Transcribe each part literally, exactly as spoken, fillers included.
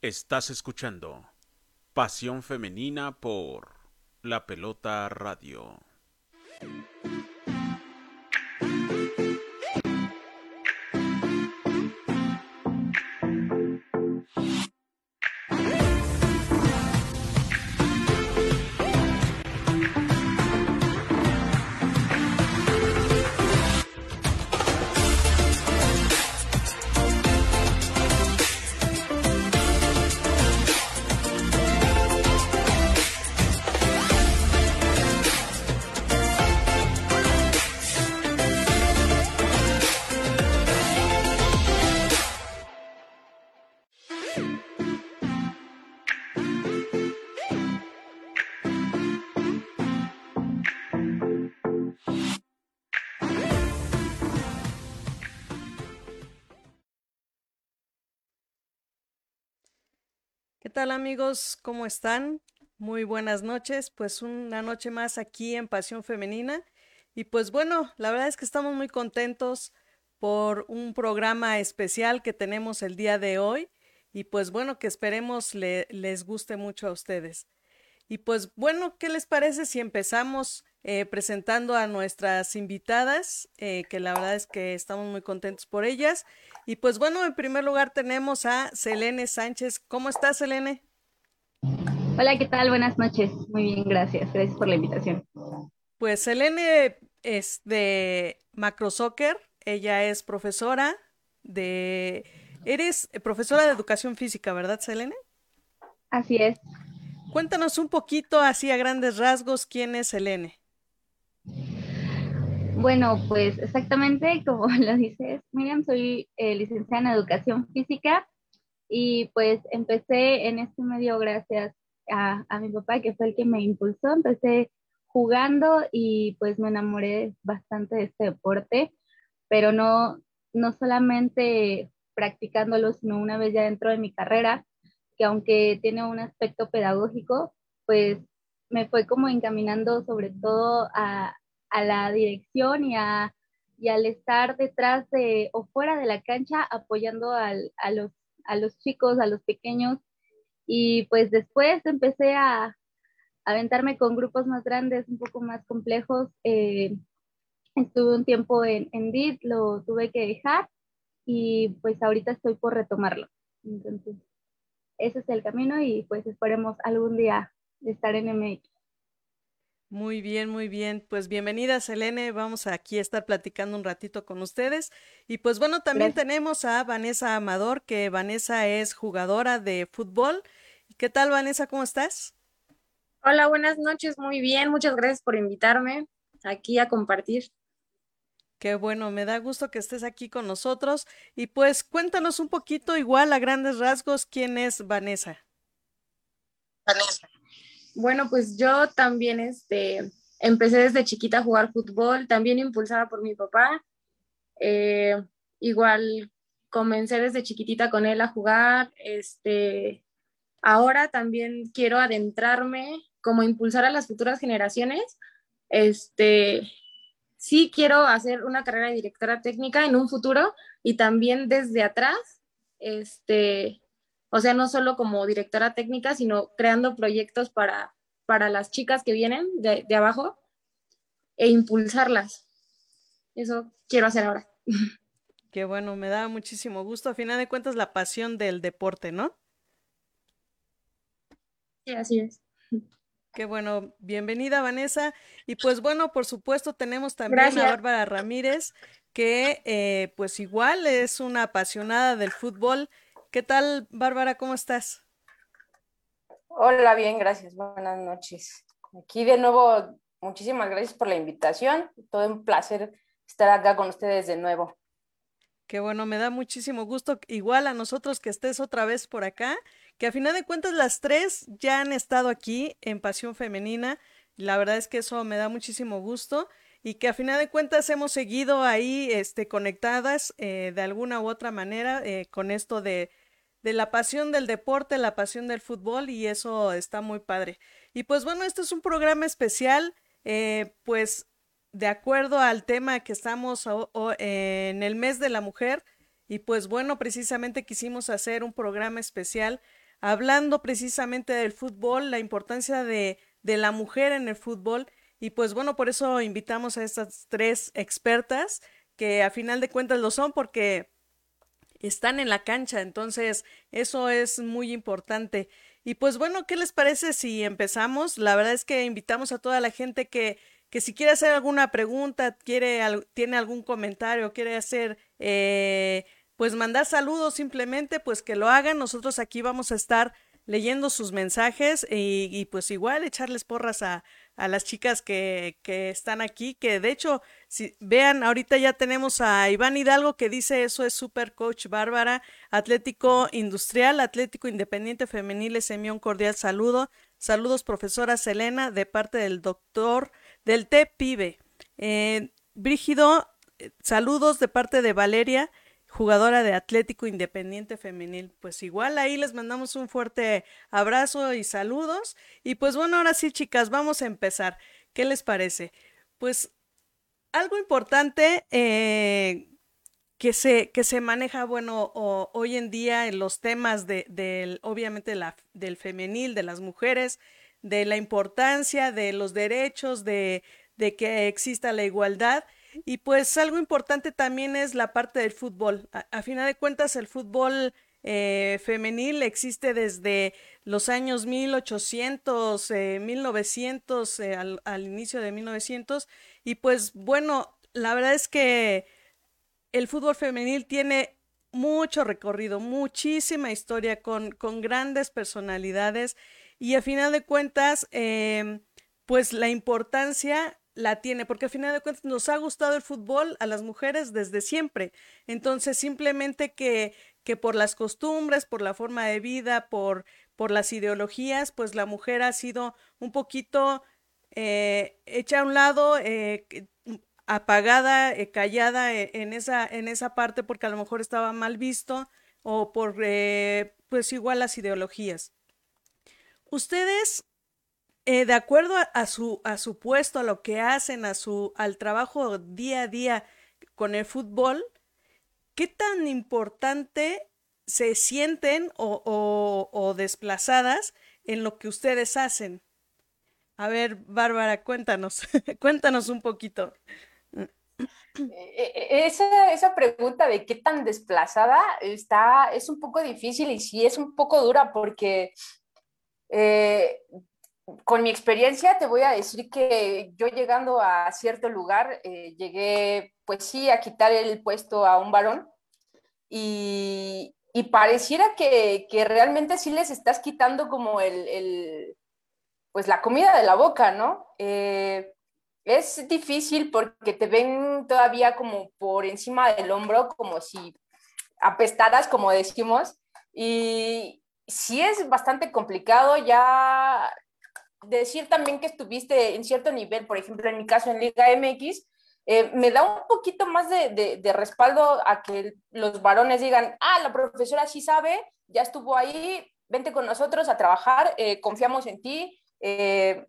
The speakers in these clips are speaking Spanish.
Estás escuchando Pasión Femenina por La Pelota Radio. ¿Qué tal amigos? ¿Cómo están? Muy buenas noches, pues una noche más aquí en Pasión Femenina. Y pues bueno, la verdad es que estamos muy contentos por un programa especial que tenemos el día de hoy y pues bueno, que esperemos le- les guste mucho a ustedes. Y pues bueno, ¿qué les parece si empezamos eh, presentando a nuestras invitadas? Eh, que la verdad es que estamos muy contentos por ellas. Y pues bueno, en primer lugar tenemos a Selene Sánchez. ¿Cómo estás, Selene? Hola, ¿qué tal? Buenas noches. Muy bien, gracias. Gracias por la invitación. Pues Selene es de Macro Soccer. Ella es profesora de... Eres profesora de educación física, ¿verdad, Selene? Así es. Cuéntanos un poquito, así a grandes rasgos, quién es Selene. Bueno, pues exactamente como lo dices, Miriam, soy eh, licenciada en educación física y pues empecé en este medio gracias a, a mi papá, que fue el que me impulsó. Empecé jugando y pues me enamoré bastante de este deporte, pero no, no solamente practicándolo, sino una vez ya dentro de mi carrera, que aunque tiene un aspecto pedagógico, pues me fue como encaminando sobre todo a, a la dirección y, a, y al estar detrás de o fuera de la cancha apoyando al, a, los, a los chicos, a los pequeños. Y pues después empecé a, a aventarme con grupos más grandes, un poco más complejos. Eh, estuve un tiempo en, en D I T, lo tuve que dejar y pues ahorita estoy por retomarlo. Entonces, ese es el camino y pues esperemos algún día estar en M X. Muy bien, muy bien. Pues bienvenida, Selene. Vamos aquí a estar platicando un ratito con ustedes. Y pues bueno, también Gracias. tenemos a Vanessa Amador, que Vanessa es jugadora de fútbol. ¿Qué tal, Vanessa? ¿Cómo estás? Hola, buenas noches, muy bien, muchas gracias por invitarme aquí a compartir. Qué bueno, me da gusto que estés aquí con nosotros. Y pues cuéntanos un poquito, igual a grandes rasgos, quién es Vanessa. Vanessa. Bueno, pues yo también este, empecé desde chiquita a jugar fútbol, también impulsada por mi papá. Eh, Igual comencé desde chiquitita con él a jugar. Este, ahora también quiero adentrarme, como impulsar a las futuras generaciones. Este, sí quiero hacer una carrera de directora técnica en un futuro y también desde atrás, este, o sea, no solo como directora técnica, sino creando proyectos para, para las chicas que vienen de, de abajo e impulsarlas. Eso quiero hacer ahora. Qué bueno, me da muchísimo gusto. A final de cuentas, la pasión del deporte, ¿no? Sí, así es. Qué bueno, bienvenida Vanessa. Y pues bueno, por supuesto tenemos también a Gracias. Bárbara Ramírez, que eh, pues igual es una apasionada del fútbol. ¿Qué tal, Bárbara? ¿Cómo estás? Hola, bien, gracias. Buenas noches. Aquí de nuevo, muchísimas gracias por la invitación. Todo un placer estar acá con ustedes de nuevo. Qué bueno, me da muchísimo gusto, igual a nosotros que estés otra vez por acá, que a final de cuentas las tres ya han estado aquí en Pasión Femenina. La verdad es que eso me da muchísimo gusto y que a final de cuentas hemos seguido ahí, este, conectadas eh, de alguna u otra manera eh, con esto de, de la pasión del deporte, la pasión del fútbol y eso está muy padre. Y pues bueno, este es un programa especial, eh, pues de acuerdo al tema que estamos o- o- en el mes de la mujer y pues bueno, precisamente quisimos hacer un programa especial hablando precisamente del fútbol, la importancia de, de la mujer en el fútbol. Y pues bueno, por eso invitamos a estas tres expertas que a final de cuentas lo son porque están en la cancha, entonces eso es muy importante. Y pues bueno, ¿qué les parece si empezamos? La verdad es que invitamos a toda la gente que, que si quiere hacer alguna pregunta, quiere, al- tiene algún comentario, quiere hacer, eh, pues mandar saludos simplemente, pues que lo hagan. Nosotros aquí vamos a estar leyendo sus mensajes y, y pues igual echarles porras a, a las chicas que, que están aquí, que de hecho, si vean, ahorita ya tenemos a Iván Hidalgo que dice eso es super coach Bárbara, Atlético Industrial, Atlético Independiente Femenil, les envía un cordial saludo. Saludos, profesora Selena, de parte del doctor del T Pibe. Eh, Brígido, eh, saludos de parte de Valeria, jugadora de Atlético Independiente Femenil. Pues igual ahí les mandamos un fuerte abrazo y saludos. Y pues bueno, ahora sí, chicas, vamos a empezar. ¿Qué les parece? Pues algo importante eh, que se, que se maneja, bueno, o- hoy en día en los temas de, del, obviamente, la, del femenil, de las mujeres, de la importancia de los derechos, de, de que exista la igualdad. Y pues algo importante también es la parte del fútbol. A, a final de cuentas, el fútbol eh, femenil existe desde los años mil ochocientos, eh, mil novecientos, eh, al, al inicio de mil novecientos. Y pues bueno, la verdad es que el fútbol femenil tiene mucho recorrido, muchísima historia con, con grandes personalidades y a final de cuentas, em, pues la importancia la tiene, porque a final de cuentas nos ha gustado el fútbol a las mujeres desde siempre. Entonces, simplemente que, que por las costumbres, por la forma de vida, por, por las ideologías, pues la mujer ha sido un poquito eh, hecha a un lado, eh, apagada, eh, callada eh, en esa, en esa parte porque a lo mejor estaba mal visto o por eh, pues igual las ideologías. Ustedes, eh, de acuerdo a, a su, a su puesto, a lo que hacen, a su, al trabajo día a día con el fútbol, ¿qué tan importante se sienten o, o, o desplazadas en lo que ustedes hacen? A ver, Bárbara, cuéntanos, cuéntanos un poquito. Eh, eh, Esa, esa pregunta de qué tan desplazada está es un poco difícil y sí es un poco dura porque eh, con mi experiencia te voy a decir que yo llegando a cierto lugar eh, llegué pues sí a quitar el puesto a un varón y, y pareciera que, que realmente sí les estás quitando como el, el pues la comida de la boca, ¿no? Eh, es difícil porque te ven todavía como por encima del hombro, como si apestaras, como decimos, y sí es bastante complicado ya decir también que estuviste en cierto nivel, por ejemplo, en mi caso en Liga M X, eh, me da un poquito más de, de, de respaldo a que los varones digan, ah, la profesora sí sabe, ya estuvo ahí, vente con nosotros a trabajar, eh, confiamos en ti, eh,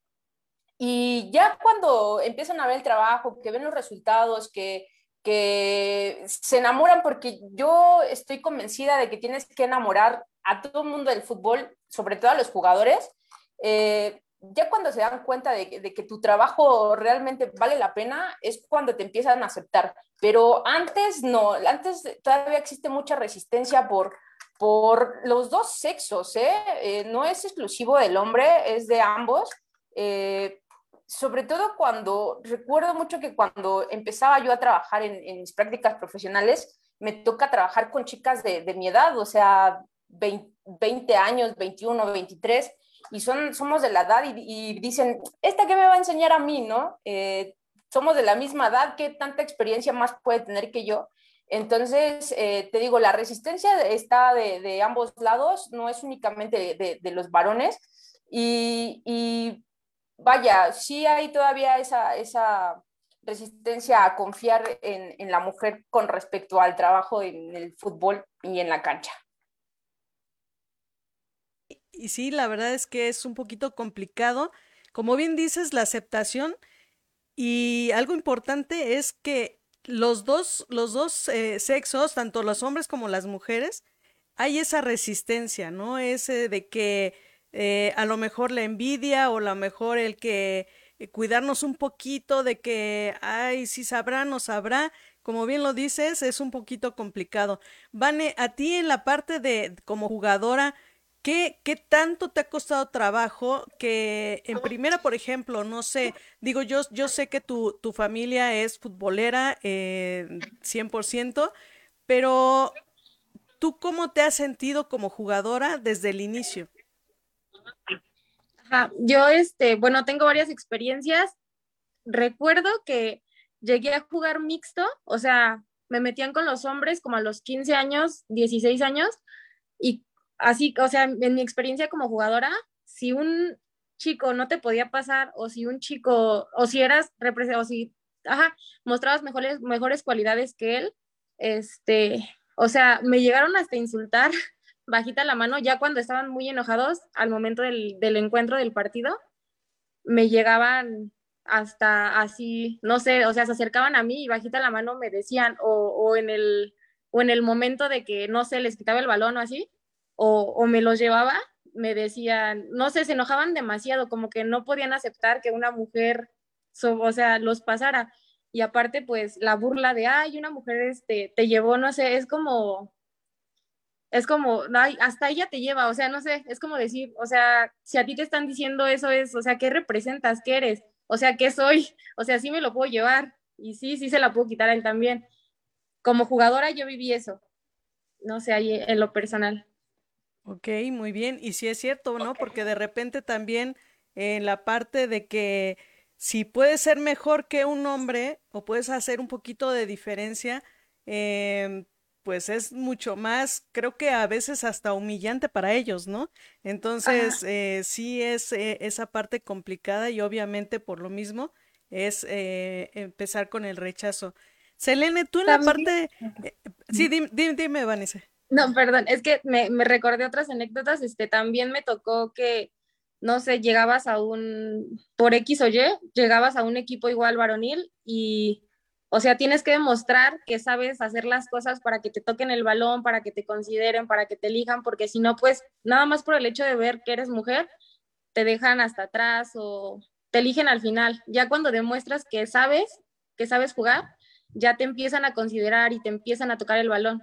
y ya cuando empiezan a ver el trabajo, que ven los resultados, que, que se enamoran, porque yo estoy convencida de que tienes que enamorar a todo el mundo del fútbol, sobre todo a los jugadores, eh, ya cuando se dan cuenta de, de que tu trabajo realmente vale la pena, es cuando te empiezan a aceptar. Pero antes no, antes todavía existe mucha resistencia por, por los dos sexos, ¿eh? Eh, no es exclusivo del hombre, es de ambos. Eh, Sobre todo cuando, recuerdo mucho que cuando empezaba yo a trabajar en, en mis prácticas profesionales, me toca trabajar con chicas de, de mi edad, o sea, veinte, veinte años, veintiuno, veintitrés, y son, somos de la edad y, y dicen, ¿esta qué me va a enseñar a mí, no? Eh, somos de la misma edad, ¿qué tanta experiencia más puede tener que yo? Entonces, eh, te digo, la resistencia está de, de ambos lados, no es únicamente de, de, de los varones, y, y vaya, sí hay todavía esa, esa resistencia a confiar en, en, la mujer con respecto al trabajo en el fútbol y en la cancha. Y sí, la verdad es que es un poquito complicado. Como bien dices, la aceptación y algo importante es que los dos, los dos eh, sexos, tanto los hombres como las mujeres, hay esa resistencia, ¿no? Ese de que eh, a lo mejor la envidia o a lo mejor el que eh, cuidarnos un poquito de que, ay, si sabrá, no sabrá, como bien lo dices, es un poquito complicado. Vane, a ti en la parte de como jugadora, ¿qué, qué tanto te ha costado trabajo que en primera, por ejemplo, no sé, digo, yo, yo sé que tu, tu familia es futbolera eh, cien por ciento, pero ¿tú cómo te has sentido como jugadora desde el inicio? Ajá, yo, este, bueno, tengo varias experiencias. Recuerdo que llegué a jugar mixto, o sea, me metían con los hombres como a los quince años, dieciséis años, y así, o sea, en mi experiencia como jugadora, si un chico no te podía pasar, o si un chico, o si eras, o si, ajá, mostrabas mejores, mejores cualidades que él, este, o sea, me llegaron hasta insultar bajita la mano, ya cuando estaban muy enojados al momento del, del encuentro del partido, me llegaban hasta así, no sé, o sea, se acercaban a mí y bajita la mano me decían, o, o en el, o en el momento de que, no sé, les quitaba el balón o así, o, o me los llevaba, me decían, no sé, se enojaban demasiado, como que no podían aceptar que una mujer, so, o sea, los pasara. Y aparte, pues, la burla de, ay, una mujer este, te llevó, no sé, es como, es como, ay, hasta ella te lleva, o sea, no sé, es como decir, o sea, si a ti te están diciendo eso es, o sea, ¿qué representas? ¿Qué eres? O sea, ¿qué soy? O sea, sí me lo puedo llevar y sí, sí se la puedo quitar a él también. Como jugadora yo viví eso, no sé, ahí en lo personal. Ok, muy bien. Y sí es cierto, ¿no? Porque de repente también en la parte de que si puedes ser mejor que un hombre o puedes hacer un poquito de diferencia, em, pues es mucho más, creo que a veces hasta humillante para ellos, ¿no? Ajá. Entonces, eh, sí es eh, esa parte complicada y obviamente por lo mismo es eh, empezar con el rechazo. Selene, tú en la También, parte... eh, sí, dime, dime, dime, Vanessa. no, perdón, es que me, me recordé otras anécdotas, este, también me tocó que, no sé, llegabas a un, por X o Y, llegabas a un equipo igual varonil y, o sea, tienes que demostrar que sabes hacer las cosas para que te toquen el balón, para que te consideren, para que te elijan, porque si no, pues, nada más por el hecho de ver que eres mujer, te dejan hasta atrás o te eligen al final. Ya cuando demuestras que sabes, que sabes jugar, ya te empiezan a considerar y te empiezan a tocar el balón.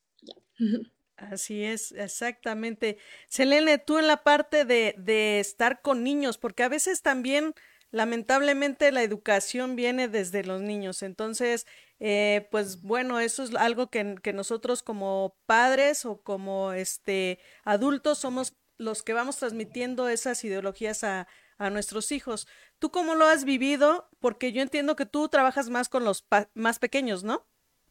Así es, exactamente. Selene, tú en la parte de, de estar con niños, porque a veces también, lamentablemente, la educación viene desde los niños. Entonces, eh, pues bueno, eso es algo que, que nosotros como padres o como este adultos somos los que vamos transmitiendo esas ideologías a, a nuestros hijos. ¿Tú cómo lo has vivido? Porque yo entiendo que tú trabajas más con los pa- más pequeños, ¿no?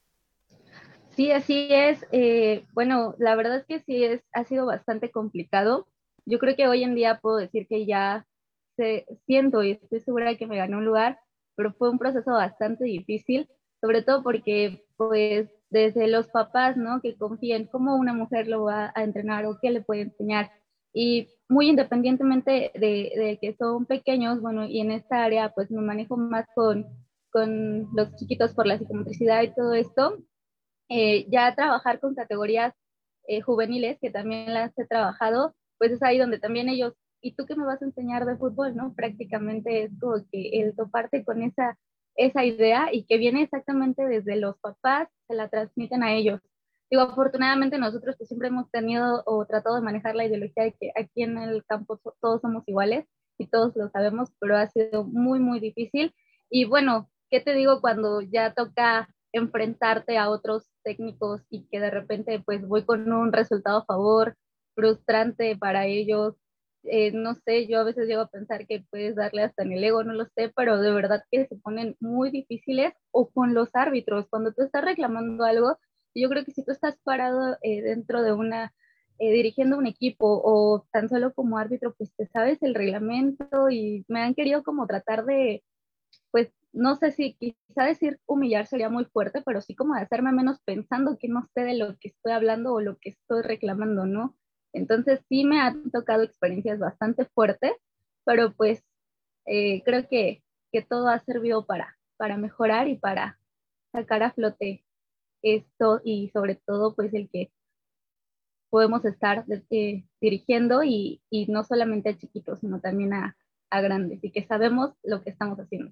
Sí, así es. Eh, bueno, la verdad es que sí es, ha sido bastante complicado. Yo creo que hoy en día puedo decir que ya se, siento y estoy segura de que me gané un lugar, pero fue un proceso bastante difícil, sobre todo porque, pues, desde los papás, ¿no? Que confían cómo una mujer lo va a entrenar o qué le puede enseñar. Y muy independientemente de, de que son pequeños, bueno, y en esta área, pues me manejo más con, con los chiquitos por la psicomotricidad y todo esto, eh, ya trabajar con categorías eh, juveniles, que también las he trabajado, pues es ahí donde también ellos, ¿y tú qué me vas a enseñar de fútbol? ¿No? Prácticamente es como que el toparte con esa, esa idea y que viene exactamente desde los papás, se la transmiten a ellos. Digo, afortunadamente nosotros pues siempre hemos tenido o tratado de manejar la ideología de que aquí en el campo todos somos iguales y todos lo sabemos, pero ha sido muy, muy difícil. Y bueno, ¿qué te digo cuando ya toca enfrentarte a otros técnicos y que de repente pues voy con un resultado a favor, frustrante para ellos? Eh, no sé, yo a veces llego a pensar que puedes darle hasta en el ego, no lo sé, pero de verdad que se ponen muy difíciles, o con los árbitros, cuando tú estás reclamando algo, yo creo que si tú estás parado eh, dentro de una, eh, dirigiendo un equipo o tan solo como árbitro, pues te sabes el reglamento y me han querido como tratar de, pues no sé si quizá decir humillar sería muy fuerte, pero sí como de hacerme menos pensando que no sé de lo que estoy hablando o lo que estoy reclamando, ¿no? Entonces sí me han tocado experiencias bastante fuertes, pero pues eh, creo que, que todo ha servido para, para mejorar y para sacar a flote esto y sobre todo pues el que podemos estar eh, dirigiendo y, y no solamente a chiquitos, sino también a, a grandes y que sabemos lo que estamos haciendo.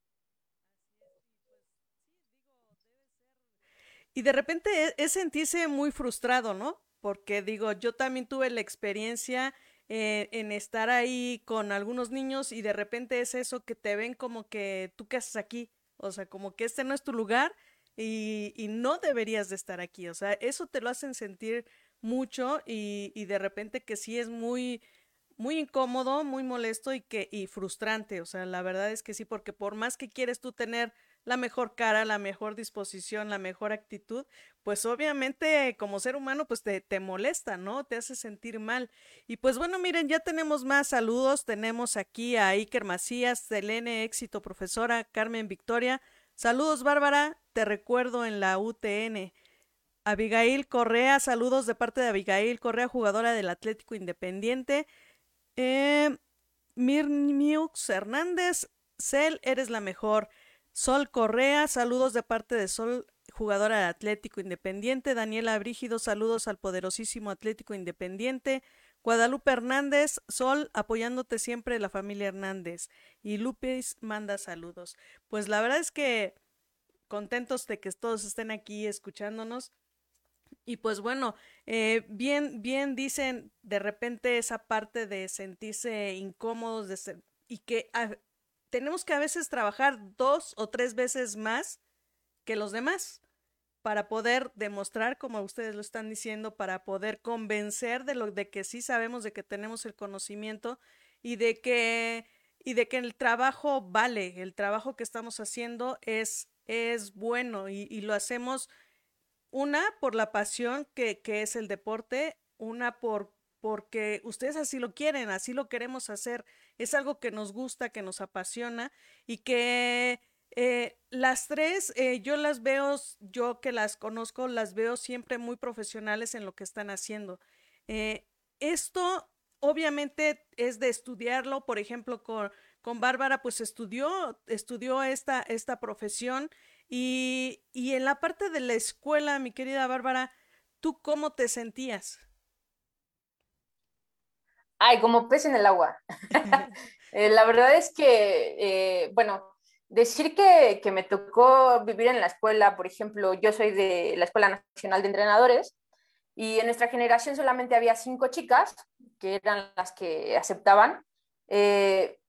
Y de repente es, es sentirse muy frustrado, ¿no? Porque digo, yo también tuve la experiencia eh, en estar ahí con algunos niños y de repente es eso que te ven como que tú qué haces aquí, o sea, como que este no es tu lugar y, y no deberías de estar aquí, o sea, eso te lo hacen sentir mucho y, y de repente que sí es muy, muy incómodo, muy molesto y que y frustrante, o sea, la verdad es que sí, porque por más que quieres tú tener la mejor cara, la mejor disposición, la mejor actitud, pues obviamente como ser humano pues te, te molesta, ¿no? Te hace sentir mal. Y pues bueno, miren, ya tenemos más saludos, tenemos aquí a Iker Macías, Selene Éxito, profesora Carmen Victoria. Saludos, Bárbara, te recuerdo en la U T N. Abigail Correa, saludos de parte de Abigail Correa, jugadora del Atlético Independiente. Eh, Mirmiux Hernández, Cel, eres la mejor. Sol Correa, saludos de parte de Sol, jugadora de Atlético Independiente. Daniela Brígido, saludos al poderosísimo Atlético Independiente. Guadalupe Hernández, Sol, apoyándote siempre la familia Hernández. Y Lupis manda saludos. Pues la verdad es que contentos de que todos estén aquí escuchándonos. Y pues bueno, eh, bien, bien dicen de repente esa parte de sentirse incómodos de ser, y que a, tenemos que a veces trabajar dos o tres veces más que los demás para poder demostrar, como ustedes lo están diciendo, para poder convencer de lo de que sí sabemos, de que tenemos el conocimiento y de que y de que el trabajo vale, el trabajo que estamos haciendo es es bueno y, y lo hacemos una por la pasión que, que es el deporte, una por porque ustedes así lo quieren, así lo queremos hacer, es algo que nos gusta, que nos apasiona y que eh, las tres, eh, yo las veo, yo que las conozco, las veo siempre muy profesionales en lo que están haciendo. Eh, esto obviamente es de estudiarlo, por ejemplo, con, con Bárbara, pues estudió, estudió esta, esta profesión y, y en la parte de la escuela, mi querida Bárbara, ¿tú cómo te sentías? Ay, como pez en el agua. Eh, la verdad es que, eh, bueno, decir que, que me tocó vivir en la escuela, por ejemplo, yo soy de la Escuela Nacional de Entrenadores y en nuestra generación solamente había cinco chicas, que eran las que aceptaban. Eh,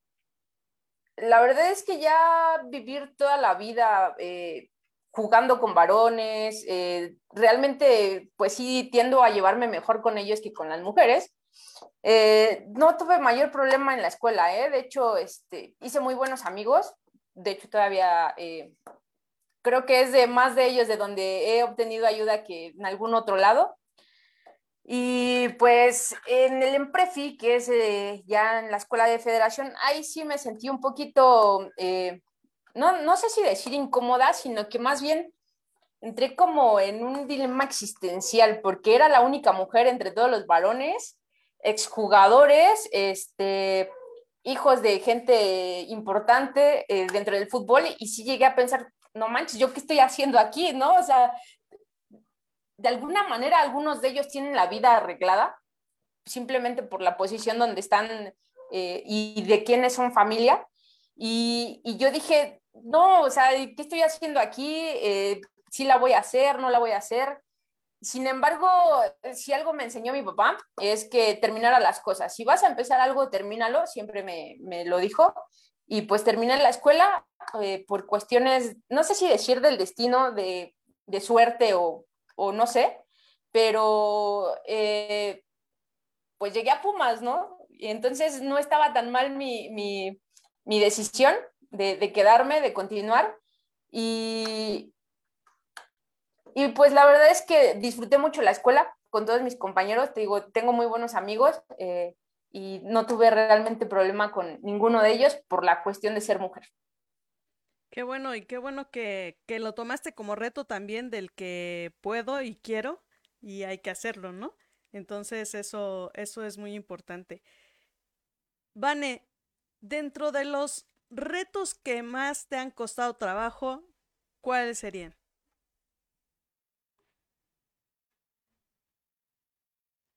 la verdad es que ya vivir toda la vida eh, jugando con varones, eh, realmente, pues sí, tiendo a llevarme mejor con ellos que con las mujeres. Eh, no tuve mayor problema en la escuela, ¿eh? De hecho, este, hice muy buenos amigos. De hecho, todavía eh, creo que es de más de ellos de donde he obtenido ayuda que en algún otro lado. Y pues en el Emprefi, que es eh, ya en la escuela de federación, ahí sí me sentí un poquito, eh, no, no sé si decir incómoda, sino que más bien entré como en un dilema existencial, porque era la única mujer entre todos los varones, exjugadores, este, hijos de gente importante eh, dentro del fútbol, y sí llegué a pensar, no manches, ¿yo qué estoy haciendo aquí? ¿No? O sea, de alguna manera algunos de ellos tienen la vida arreglada, simplemente por la posición donde están eh, y de quiénes son familia. Y, y, yo dije, no, o sea, ¿qué estoy haciendo aquí? Eh, ¿Sí la voy a hacer? ¿No la voy a hacer? Sin embargo, si algo me enseñó mi papá es que terminara las cosas. Si vas a empezar algo, termínalo, siempre me, me lo dijo. Y pues terminé la escuela eh, por cuestiones, no sé si decir del destino, de, de suerte o, o, no sé, pero eh, pues llegué a Pumas, ¿no? Y entonces no estaba tan mal mi, mi, mi decisión de, de, quedarme, de continuar. Y, y pues la verdad es que disfruté mucho la escuela con todos mis compañeros. Te digo, tengo muy buenos amigos eh, y no tuve realmente problema con ninguno de ellos por la cuestión de ser mujer. Qué bueno, y qué bueno que, que lo tomaste como reto también del que puedo y quiero y hay que hacerlo, ¿no? Entonces eso, eso es muy importante. Vane, dentro de los retos que más te han costado trabajo, ¿cuáles serían?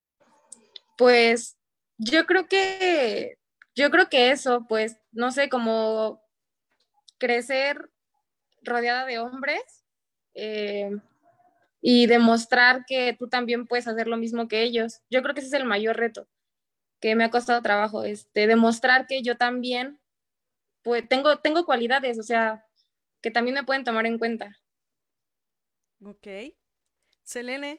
Pues yo creo que, yo creo que eso, pues, no sé, como crecer rodeada de hombres eh, y demostrar que tú también puedes hacer lo mismo que ellos. Yo creo que ese es el mayor reto que me ha costado trabajo, este, demostrar que yo también, pues, tengo, tengo cualidades, o sea, que también me pueden tomar en cuenta. Ok. Selene,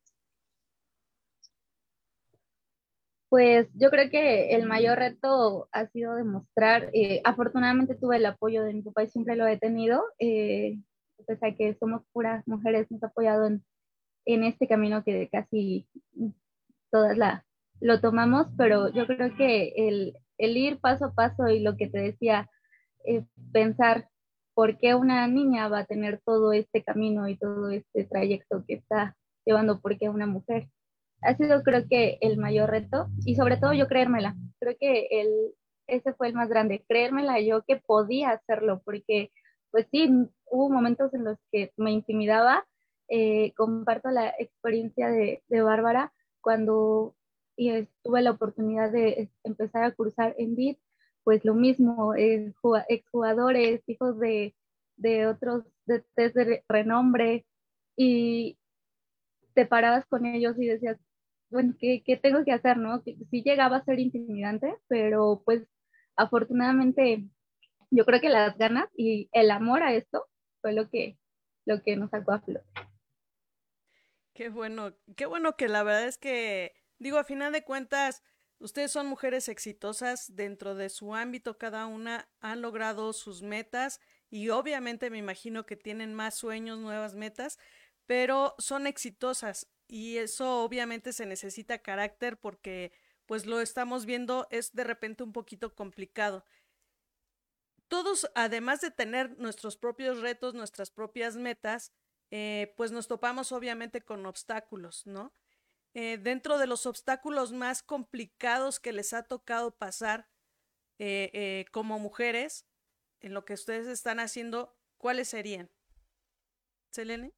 Pues yo creo que el mayor reto ha sido demostrar, eh, afortunadamente tuve el apoyo de mi papá y siempre lo he tenido, eh, pese a que somos puras mujeres, nos ha apoyado en, en este camino que casi todas la, lo tomamos, pero yo creo que el, el ir paso a paso y lo que te decía, eh, pensar por qué una niña va a tener todo este camino y todo este trayecto que está llevando, por qué una mujer. Ha sido creo que el mayor reto y sobre todo yo creérmela. Creo que el, ese fue el más grande, creérmela yo que podía hacerlo, porque pues sí, hubo momentos en los que me intimidaba. Eh, comparto la experiencia de, de Bárbara cuando y tuve la oportunidad de empezar a cursar en B I D, pues lo mismo, eh, exjugadores, hijos de, de otros de, de renombre, y te parabas con ellos y decías, bueno, ¿qué, qué tengo que hacer, no? Sí llegaba a ser intimidante, pero pues afortunadamente yo creo que las ganas y el amor a esto fue lo que, lo que nos sacó a flote. qué bueno, qué bueno que la verdad es que, digo, a final de cuentas, ustedes son mujeres exitosas dentro de su ámbito, cada una han logrado sus metas y obviamente me imagino que tienen más sueños, nuevas metas, pero son exitosas y eso obviamente se necesita carácter porque pues lo estamos viendo es de repente un poquito complicado. Todos, además de tener nuestros propios retos, nuestras propias metas, eh, pues nos topamos obviamente con obstáculos, ¿no? Eh, dentro de los obstáculos más complicados que les ha tocado pasar eh, eh, como mujeres, en lo que ustedes están haciendo, ¿cuáles serían? Selene.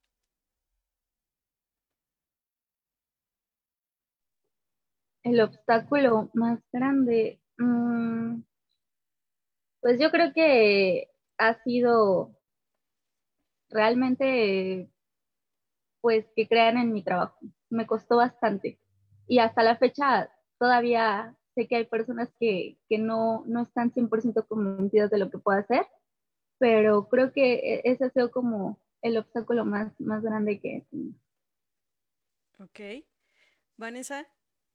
El obstáculo más grande, mmm, pues yo creo que ha sido realmente, pues, que crean en mi trabajo. Me costó bastante. Y hasta la fecha todavía sé que hay personas que, que no, no están cien por ciento convencidas de lo que puedo hacer, pero creo que e- ese ha sido como el obstáculo más, más grande que he tenido. Ok. Vanessa.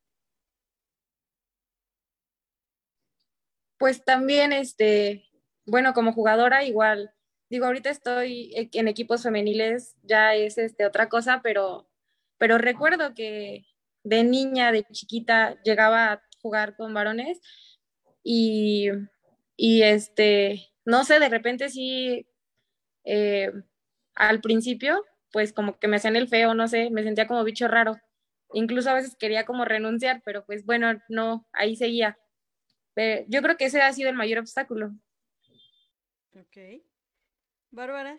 Pues también, este, bueno, como jugadora igual, digo, ahorita estoy e- en equipos femeniles, ya es este, otra cosa, pero, pero recuerdo que de niña, de chiquita, llegaba a jugar con varones y, y este, no sé, de repente sí, eh, al principio, pues como que me hacían el feo, no sé, me sentía como bicho raro. Incluso a veces quería como renunciar, pero pues bueno, no, ahí seguía. Eh, yo creo que ese ha sido el mayor obstáculo. Ok. Bárbara.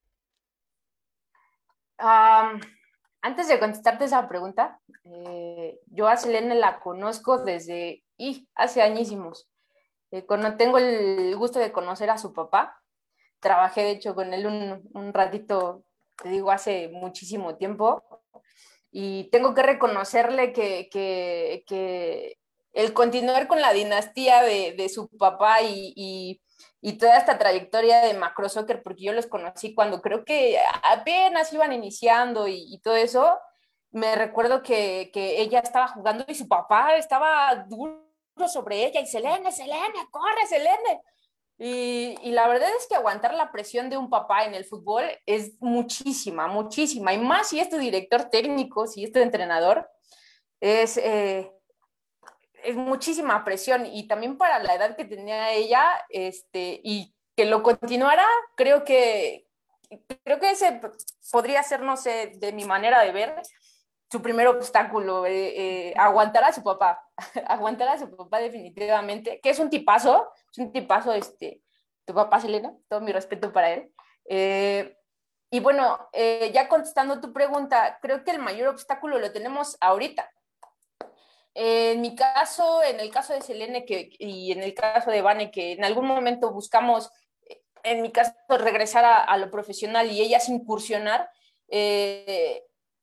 Um, Antes de contestarte esa pregunta, eh, yo a Selene la conozco desde y hace añísimos. Eh, cuando tengo el gusto de conocer a su papá, trabajé de hecho con él un, un ratito, te digo, hace muchísimo tiempo, y tengo que reconocerle que, que, que el continuar con la dinastía de, de su papá y, y, y, toda esta trayectoria de Macro Soccer, porque yo los conocí cuando creo que apenas iban iniciando y, y todo eso, me recuerdo que, que ella estaba jugando y su papá estaba duro sobre ella y Selene, Selene, corre, Selene. Y, y, la verdad es que aguantar la presión de un papá en el fútbol es muchísima, muchísima. Y más si es tu director técnico, si es tu entrenador, es, eh, es muchísima presión. Y también para la edad que tenía ella, este, y que lo continuara, creo que, creo que ese podría ser, no sé, de mi manera de ver, su primer obstáculo, eh, eh, aguantar a su papá, aguantar a su papá definitivamente, que es un tipazo, es un tipazo, este, tu papá, Selena, todo mi respeto para él. Eh, y bueno, eh, ya contestando tu pregunta, creo que el mayor obstáculo lo tenemos ahorita. En mi caso, en el caso de Selene que, y en el caso de Vane, que en algún momento buscamos, en mi caso, regresar a, a lo profesional y ellas incursionar, eh,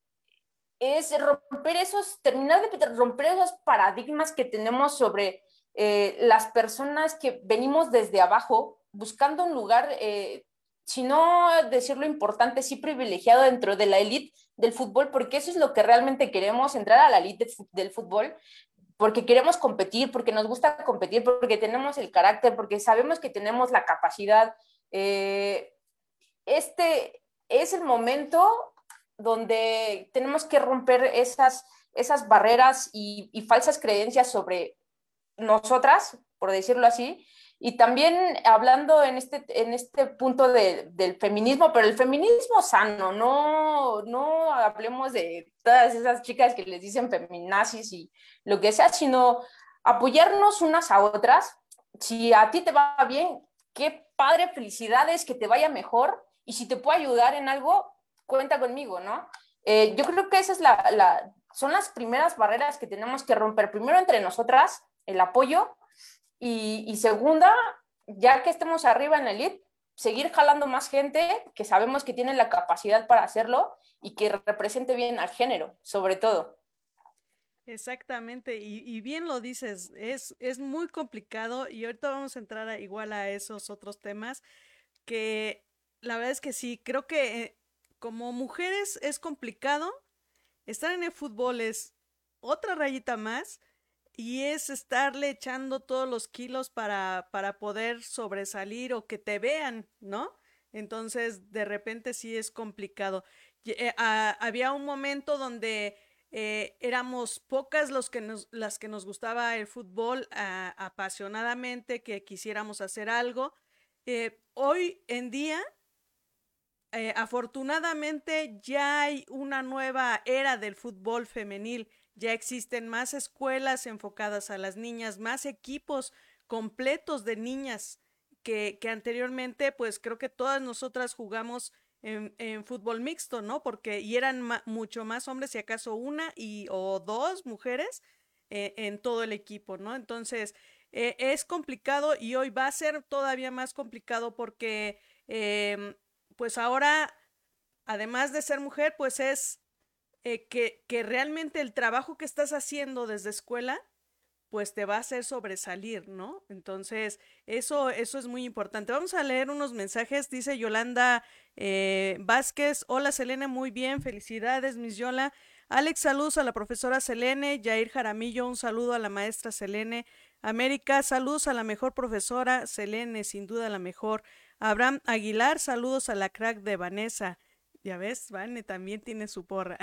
es romper esos, terminar de romper esos paradigmas que tenemos sobre eh, las personas que venimos desde abajo, buscando un lugar, eh, si no decirlo importante, sí privilegiado dentro de la élite del fútbol, porque eso es lo que realmente queremos, entrar a la élite del fútbol, porque queremos competir, porque nos gusta competir, porque tenemos el carácter, porque sabemos que tenemos la capacidad. Eh, este es el momento donde tenemos que romper esas, esas barreras y, y falsas creencias sobre nosotras, por decirlo así, y también hablando en este, en este punto de, del feminismo, pero el feminismo sano, no, no hablemos de todas esas chicas que les dicen feminazis y lo que sea, sino apoyarnos unas a otras. Si a ti te va bien, qué padre, felicidades, que te vaya mejor, y si te puedo ayudar en algo, cuenta conmigo, ¿no? Eh, yo creo que esa es la, la, son las primeras barreras que tenemos que romper, primero entre nosotras, el apoyo, y, y segunda, ya que estemos arriba en la elite, seguir jalando más gente que sabemos que tiene la capacidad para hacerlo y que represente bien al género, sobre todo. Exactamente, y, y bien lo dices, es, es muy complicado y ahorita vamos a entrar a, igual a esos otros temas que la verdad es que sí, creo que eh, como mujeres es complicado, estar en el fútbol es otra rayita más y es estarle echando todos los kilos para, para poder sobresalir o que te vean, ¿no? Entonces, de repente sí es complicado. Y, eh, a- había un momento donde eh, éramos pocas los que nos, las que nos gustaba el fútbol ah, apasionadamente, que quisiéramos hacer algo. Eh, hoy en día eh, afortunadamente ya hay una nueva era del fútbol femenil, ya existen más escuelas enfocadas a las niñas, más equipos completos de niñas que, que anteriormente pues creo que todas nosotras jugamos en, en fútbol mixto, ¿no? Porque y eran ma mucho más hombres, si acaso una y o dos mujeres eh, en todo el equipo, ¿no? Entonces eh, es complicado y hoy va a ser todavía más complicado porque eh, pues ahora, además de ser mujer, pues es eh, que, que realmente el trabajo que estás haciendo desde escuela, pues te va a hacer sobresalir, ¿no? Entonces, eso, eso es muy importante. Vamos a leer unos mensajes. Dice Yolanda eh, Vázquez. Hola, Selene, muy bien. Felicidades, Miss Yola. Alex, saludos a la profesora Selene. Jair Jaramillo, un saludo a la maestra Selene. América, saludos a la mejor profesora Selene, sin duda la mejor. Abraham Aguilar, saludos a la crack de Vanessa. Ya ves, Vane también tiene su porra.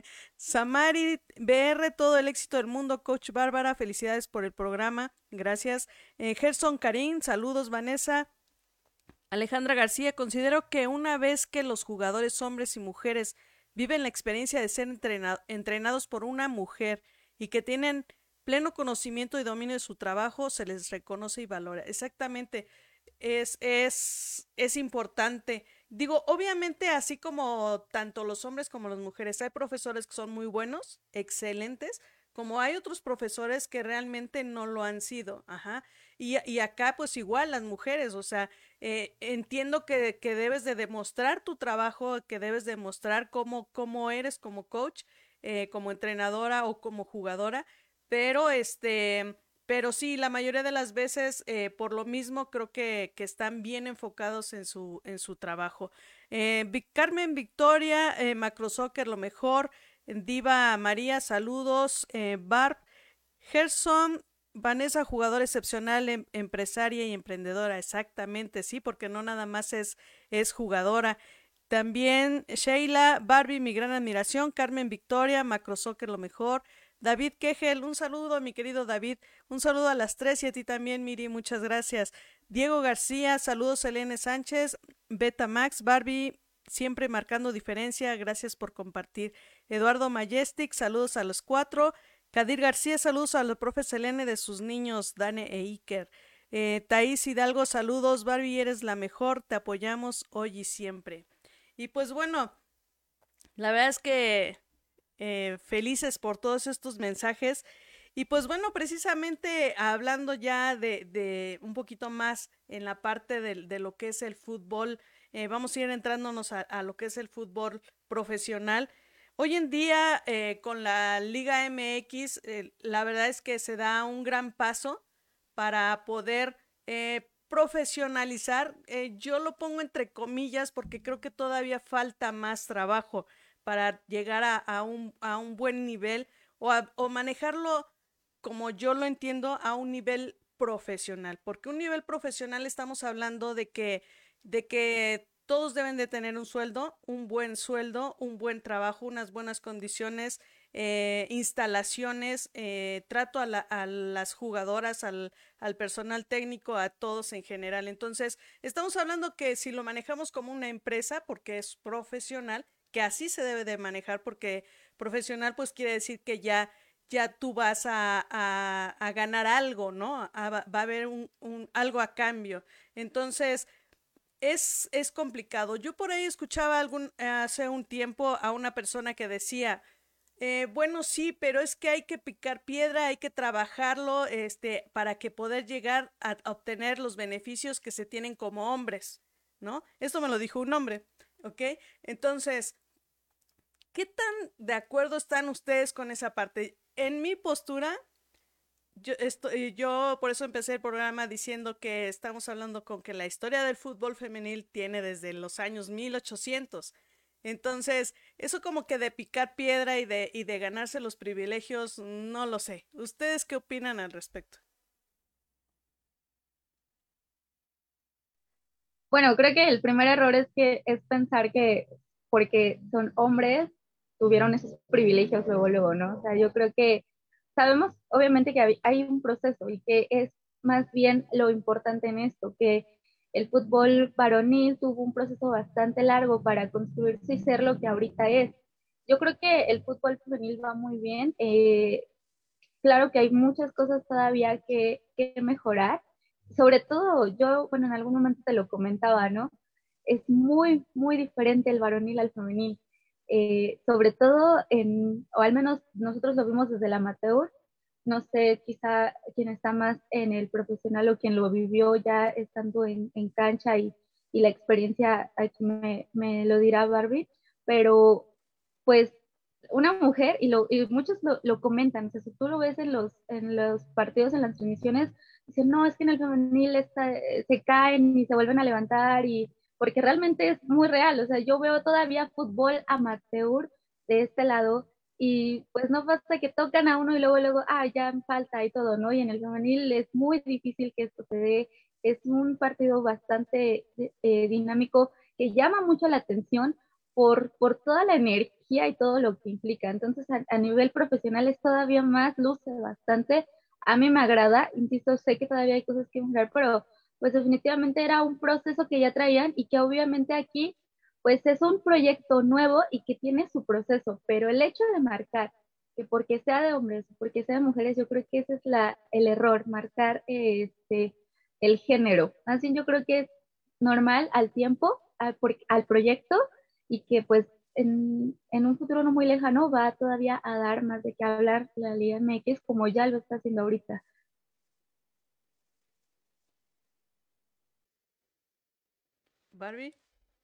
Samari B R, todo el éxito del mundo, Coach Bárbara, felicidades por el programa, gracias. Eh, Gerson Karim, saludos Vanessa. Alejandra García, considero que una vez que los jugadores hombres y mujeres viven la experiencia de ser entrenado, entrenados por una mujer y que tienen pleno conocimiento y dominio de su trabajo, se les reconoce y valora. Exactamente, es, es, es importante. Digo, obviamente, así como tanto los hombres como las mujeres, hay profesores que son muy buenos, excelentes, como hay otros profesores que realmente no lo han sido. Ajá. Y, y acá, pues igual, las mujeres, o sea, eh, entiendo que, que debes de demostrar tu trabajo, que debes demostrar cómo, cómo eres como coach, eh, como entrenadora o como jugadora, pero este pero sí, la mayoría de las veces, eh, por lo mismo, creo que, que están bien enfocados en su, en su trabajo. Eh, Vic- Carmen Victoria, eh, Macro Soccer, lo mejor. Diva María, saludos. Eh, Barb, Gerson, Vanessa, jugadora excepcional, em- empresaria y emprendedora. Exactamente, sí, porque no nada más es, es jugadora. También Sheila, Barbie, mi gran admiración. Carmen Victoria, Macro Soccer, lo mejor. David Kegel, un saludo, mi querido David. Un saludo a las tres y a ti también, Miri, muchas gracias. Diego García, saludos, Elena Sánchez. Beta Max, Barbie, siempre marcando diferencia, gracias por compartir. Eduardo Majestic, saludos a los cuatro. Kadir García, saludos a los profes Selene de sus niños, Dane e Iker. Eh, Thais Hidalgo, saludos, Barbie, eres la mejor, te apoyamos hoy y siempre. Y pues bueno, la verdad es que eh, felices por todos estos mensajes Y pues bueno, precisamente hablando ya de, de un poquito más en la parte de, de lo que es el fútbol, eh, vamos a ir entrándonos a, a lo que es el fútbol profesional. Hoy en día, eh, con la Liga M X, eh, la verdad es que se da un gran paso para poder eh, profesionalizar. Eh, yo lo pongo entre comillas porque creo que todavía falta más trabajo para llegar a, a, un, a un buen nivel o, a, o manejarlo como yo lo entiendo a un nivel profesional, porque un nivel profesional estamos hablando de que, de que todos deben de tener un sueldo, un buen sueldo, un buen trabajo, unas buenas condiciones, eh, instalaciones, eh, trato a, la, a, las jugadoras, al, al personal técnico, a todos en general. Entonces, estamos hablando que si lo manejamos como una empresa, porque es profesional, que así se debe de manejar, porque profesional pues quiere decir que ya ya tú vas a, a, a ganar algo, ¿no? A, va a haber un, un, algo a cambio. Entonces, es, es complicado. Yo por ahí escuchaba algún, hace un tiempo a una persona que decía, eh, bueno, sí, pero es que hay que picar piedra, hay que trabajarlo, este, para que poder llegar a, a obtener los beneficios que se tienen como hombres, ¿no? Esto me lo dijo un hombre, ¿ok? Entonces, ¿qué tan de acuerdo están ustedes con esa parte? En mi postura, yo, estoy, yo por eso empecé el programa diciendo que estamos hablando con que la historia del fútbol femenil tiene desde los años mil ochocientos. Entonces, eso como que de picar piedra y de, y de ganarse los privilegios, no lo sé. ¿Ustedes qué opinan al respecto? Bueno, creo que el primer error es que es pensar que porque son hombres tuvieron esos privilegios luego, luego, ¿no? O sea, yo creo que sabemos obviamente que hay, hay un proceso y que es más bien lo importante en esto, que el fútbol varonil tuvo un proceso bastante largo para construirse y ser lo que ahorita es. Yo creo que el fútbol femenil va muy bien. Eh, claro que hay muchas cosas todavía que, que mejorar. Sobre todo, yo, bueno, en algún momento te lo comentaba, ¿no? Es muy, muy diferente el varonil al femenil. Eh, sobre todo en, o al menos nosotros lo vimos desde el amateur, no sé, quizá quien está más en el profesional o quien lo vivió ya estando en, en cancha y, y, la experiencia, aquí me, me lo dirá Barbie, pero pues una mujer, y, lo, y muchos lo, lo, comentan, o sea, si tú lo ves en los, en los partidos, en las transmisiones, dicen, no, es que en el femenil está, se caen y se vuelven a levantar, y porque realmente es muy real, o sea, yo veo todavía fútbol amateur de este lado, y pues no pasa que tocan a uno y luego, luego, ah, ya falta y todo, ¿no? Y en el femenil es muy difícil que esto se dé, es un partido bastante eh, dinámico que llama mucho la atención por, por toda la energía y todo lo que implica. Entonces, a, a nivel profesional es todavía más, luce bastante. A mí me agrada, insisto, sé que todavía hay cosas que mejorar, pero pues definitivamente era un proceso que ya traían y que obviamente aquí pues es un proyecto nuevo y que tiene su proceso, pero el hecho de marcar que porque sea de hombres, porque sea de mujeres, yo creo que ese es la, el error, marcar este, el género. Así yo creo que es normal al tiempo, al, al proyecto, y que pues en, en, un futuro no muy lejano va todavía a dar más de qué hablar la Liga M X como ya lo está haciendo ahorita. Barbie.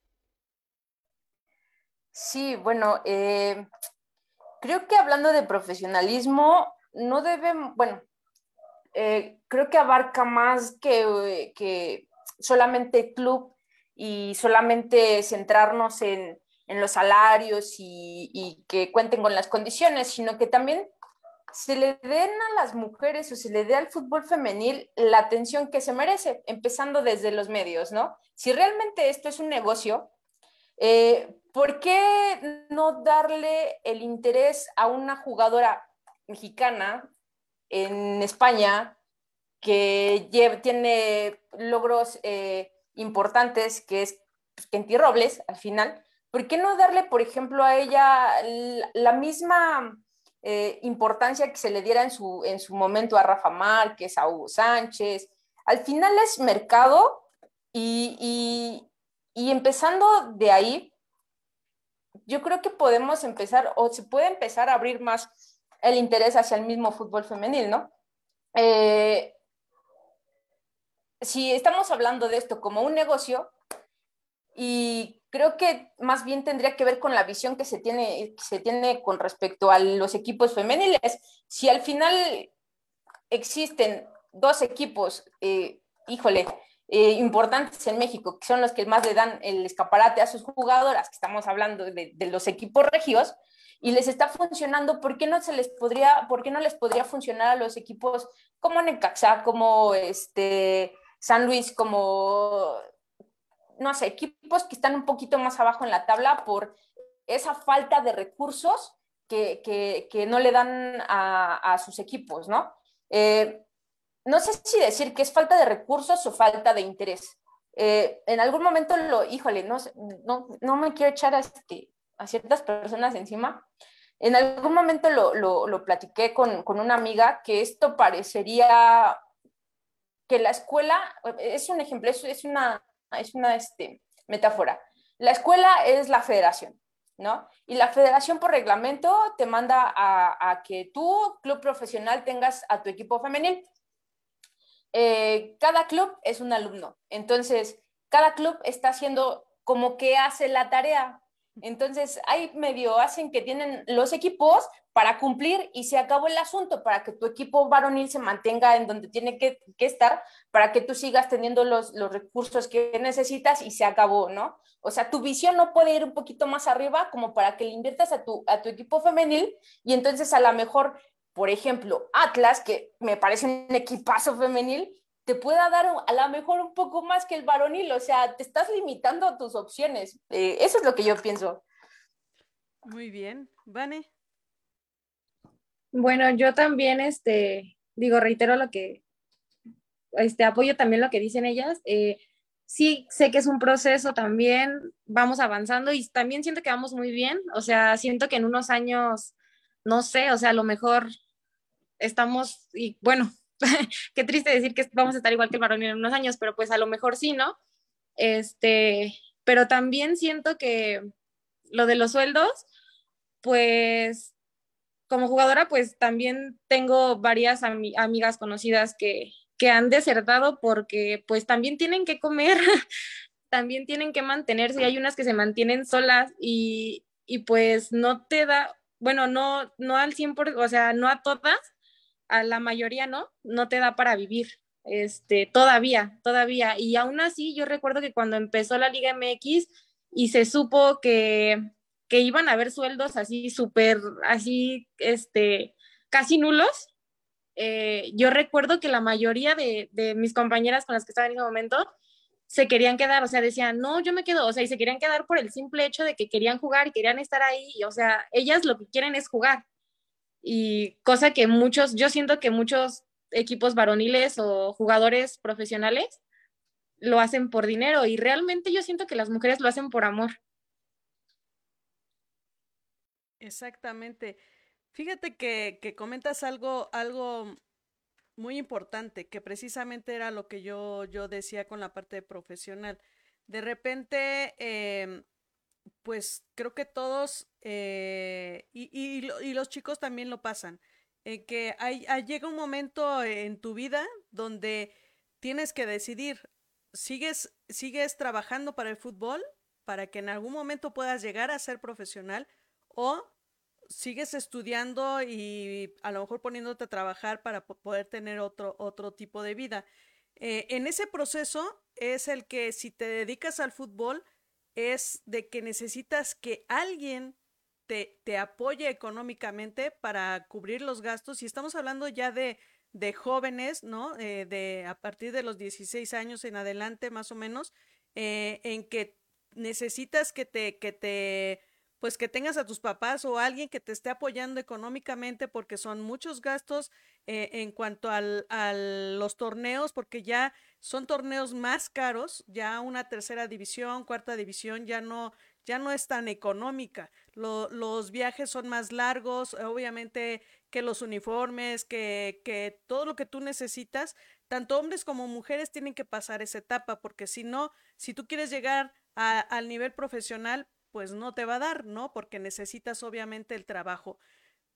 Sí, bueno, eh, creo que hablando de profesionalismo, no deben, bueno, eh, creo que abarca más que, que solamente club y solamente centrarnos en, en los salarios y, y que cuenten con las condiciones, sino que también se le den a las mujeres o se le dé al fútbol femenil la atención que se merece, empezando desde los medios, ¿no? Si realmente esto es un negocio, eh, ¿por qué no darle el interés a una jugadora mexicana en España que lleva, tiene logros eh, importantes, que es pues, Kenty Robles al final? ¿Por qué no darle, por ejemplo, a ella la, la misma eh, importancia que se le diera en su, en su momento a Rafa Márquez, a Hugo Sánchez? Al final es mercado y, y, y empezando de ahí, yo creo que podemos empezar o se puede empezar a abrir más el interés hacia el mismo fútbol femenil, ¿no? Eh, si estamos hablando de esto como un negocio, y creo que más bien tendría que ver con la visión que se tiene, que se tiene con respecto a los equipos femeniles. Si al final existen dos equipos, eh, híjole, eh, importantes en México, que son los que más le dan el escaparate a sus jugadoras, que estamos hablando de, de los equipos regios, y les está funcionando, ¿por qué no se les podría, por qué no les podría funcionar a los equipos como Necaxa, como este San Luis, como no sé, equipos que están un poquito más abajo en la tabla por esa falta de recursos que, que, que no le dan a, a sus equipos, ¿no? Eh, no sé si decir que es falta de recursos o falta de interés. Eh, en algún momento lo, híjole, no, no, no me quiero echar a, este, a ciertas personas encima. En algún momento lo, lo, lo platiqué con, con una amiga que esto parecería que la escuela, es un ejemplo, es, es una, es una este, metáfora. La escuela es la federación, ¿no? Y la federación por reglamento te manda a, a que tú, club profesional, tengas a tu equipo femenil. Eh, cada club es un alumno, entonces cada club está haciendo como que hace la tarea. Entonces, ahí medio hacen que tienen los equipos para cumplir y se acabó el asunto, para que tu equipo varonil se mantenga en donde tiene que, que estar, para que tú sigas teniendo los, los recursos que necesitas y se acabó, ¿no? O sea, tu visión no puede ir un poquito más arriba como para que le inviertas a tu, a tu equipo femenil y entonces a lo mejor, por ejemplo, Atlas, que me parece un equipazo femenil, te pueda dar a lo mejor un poco más que el varonil, o sea, te estás limitando a tus opciones. Eh, eso es lo que yo pienso. Muy bien. Vane. Bueno, yo también, este, digo, reitero lo que, este, apoyo también lo que dicen ellas. Eh, sí, sé que es un proceso también, vamos avanzando y también siento que vamos muy bien. O sea, siento que en unos años, no sé, o sea, a lo mejor estamos, y bueno, qué triste decir que vamos a estar igual que el varón en unos años, pero pues a lo mejor sí, ¿no? Este, pero también siento que lo de los sueldos, pues como jugadora, pues también tengo varias ami amigas conocidas que, que han desertado porque pues también tienen que comer, también tienen que mantenerse, y hay unas que se mantienen solas y, y pues no te da, bueno, no, no al cien por ciento, o sea, no a todas, a la mayoría no, no te da para vivir, este, todavía, todavía. Y aún así, yo recuerdo que cuando empezó la Liga M X y se supo que, que iban a haber sueldos así súper, así, este, casi nulos, eh, yo recuerdo que la mayoría de, de mis compañeras con las que estaba en ese momento se querían quedar, o sea, decían, no, yo me quedo, o sea, y se querían quedar por el simple hecho de que querían jugar y querían estar ahí, y, o sea, ellas lo que quieren es jugar y cosa que muchos, yo siento que muchos equipos varoniles o jugadores profesionales lo hacen por dinero y realmente yo siento que las mujeres lo hacen por amor. Exactamente. Fíjate que, que comentas algo, algo muy importante, que precisamente era lo que yo, yo decía con la parte profesional. De repente, eh, pues creo que todos, eh, y, y, y, los chicos también lo pasan, eh, que hay, hay, llega un momento en tu vida donde tienes que decidir, ¿sigues, sigues trabajando para el fútbol para que en algún momento puedas llegar a ser profesional o sigues estudiando y a lo mejor poniéndote a trabajar para poder tener otro, otro tipo de vida? Eh, en ese proceso es el que si te dedicas al fútbol es de que necesitas que alguien te, te apoye económicamente para cubrir los gastos y estamos hablando ya de, de jóvenes, ¿no? Eh, de a partir de los dieciséis años en adelante más o menos, eh, en que necesitas que te, que te pues que tengas a tus papás o alguien que te esté apoyando económicamente porque son muchos gastos eh, en cuanto al, a los torneos, porque ya son torneos más caros, ya una tercera división, cuarta división ya no, ya no es tan económica. Lo, los viajes son más largos, obviamente que los uniformes, que, que todo lo que tú necesitas, tanto hombres como mujeres tienen que pasar esa etapa, porque si no, si tú quieres llegar a, al nivel profesional, pues no te va a dar, ¿no? Porque necesitas obviamente el trabajo.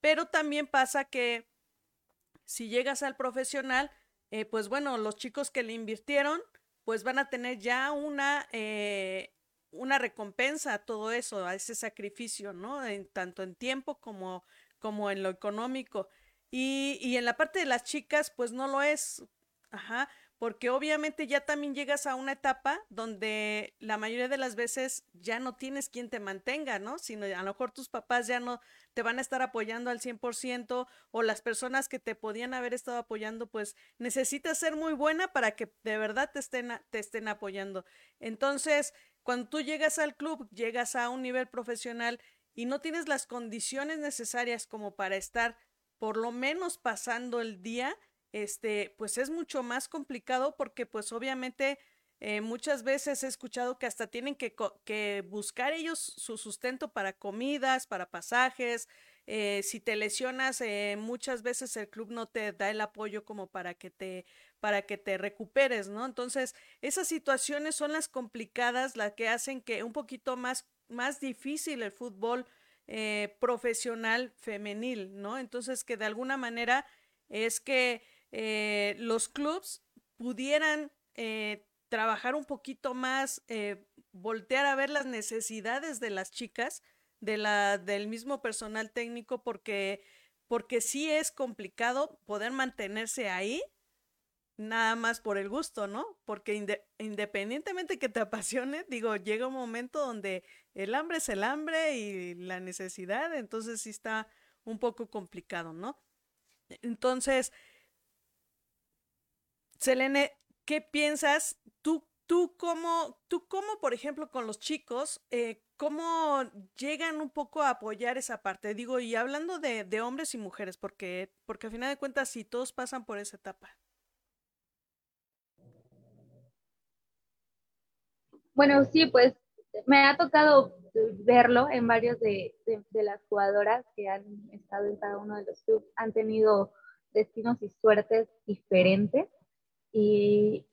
pero también pasa que si llegas al profesional, eh, pues bueno, los chicos que le invirtieron, pues van a tener ya una, eh, una recompensa a todo eso, a ese sacrificio, ¿no? En, tanto en tiempo como, como en lo económico. Y, y en la parte de las chicas, pues no lo es. Ajá, porque obviamente ya también llegas a una etapa donde la mayoría de las veces ya no tienes quien te mantenga, ¿no? Sino a lo mejor tus papás ya no te van a estar apoyando al cien por ciento o las personas que te podían haber estado apoyando, pues necesitas ser muy buena para que de verdad te estén, te estén apoyando. Entonces, cuando tú llegas al club, llegas a un nivel profesional y no tienes las condiciones necesarias como para estar por lo menos pasando el día, este, pues es mucho más complicado porque pues obviamente eh, muchas veces he escuchado que hasta tienen que, que buscar ellos su sustento para comidas, para pasajes. Eh, si te lesionas, eh, muchas veces el club no te da el apoyo como para que te, para que te recuperes, ¿no? Entonces, esas situaciones son las complicadas, las que hacen que un poquito más, más difícil el fútbol eh, profesional femenil, ¿no? Entonces, que de alguna manera es que eh, los clubs pudieran eh, trabajar un poquito más, eh, voltear a ver las necesidades de las chicas, de la, del mismo personal técnico, porque, porque sí es complicado poder mantenerse ahí nada más por el gusto, ¿no? Porque inde independientemente que te apasione, digo, llega un momento donde el hambre es el hambre y la necesidad, entonces sí está un poco complicado, ¿no? Entonces, Selene, ¿qué piensas? ¿Tú, tú cómo, tú cómo, por ejemplo, con los chicos, eh, cómo llegan un poco a apoyar esa parte? Digo, y hablando de, de hombres y mujeres, porque, porque al final de cuentas, sí, todos pasan por esa etapa. Bueno, sí, pues me ha tocado verlo en varios de, de, de las jugadoras que han estado en cada uno de los clubes, han tenido destinos y suertes diferentes y,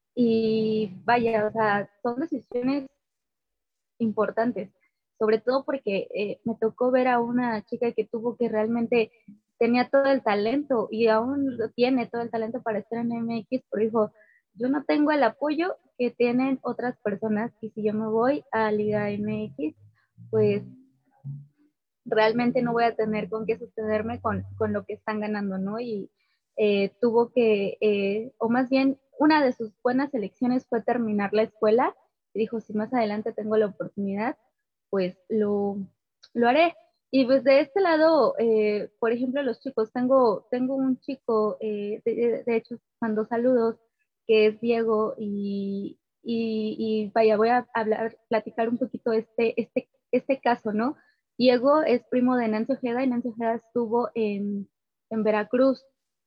y vaya, o sea, son decisiones importantes, sobre todo porque eh, me tocó ver a una chica que tuvo que realmente tenía todo el talento y aún lo tiene todo el talento para estar en M X, pero dijo, yo no tengo el apoyo que tienen otras personas y si yo me voy a Liga M X, pues realmente no voy a tener con qué sostenerme con, con lo que están ganando, ¿no? Y eh, tuvo que, eh, o más bien, una de sus buenas elecciones fue terminar la escuela. Y dijo, si más adelante tengo la oportunidad, pues lo, lo haré. Y pues de este lado, eh, por ejemplo, los chicos, tengo, tengo un chico, eh, de, de, hecho, mandó saludos, que es Diego, y, y, y vaya, voy a hablar, platicar un poquito este, este, este caso, ¿no? Diego es primo de Nancy Ojeda y Nancy Ojeda estuvo en, en Veracruz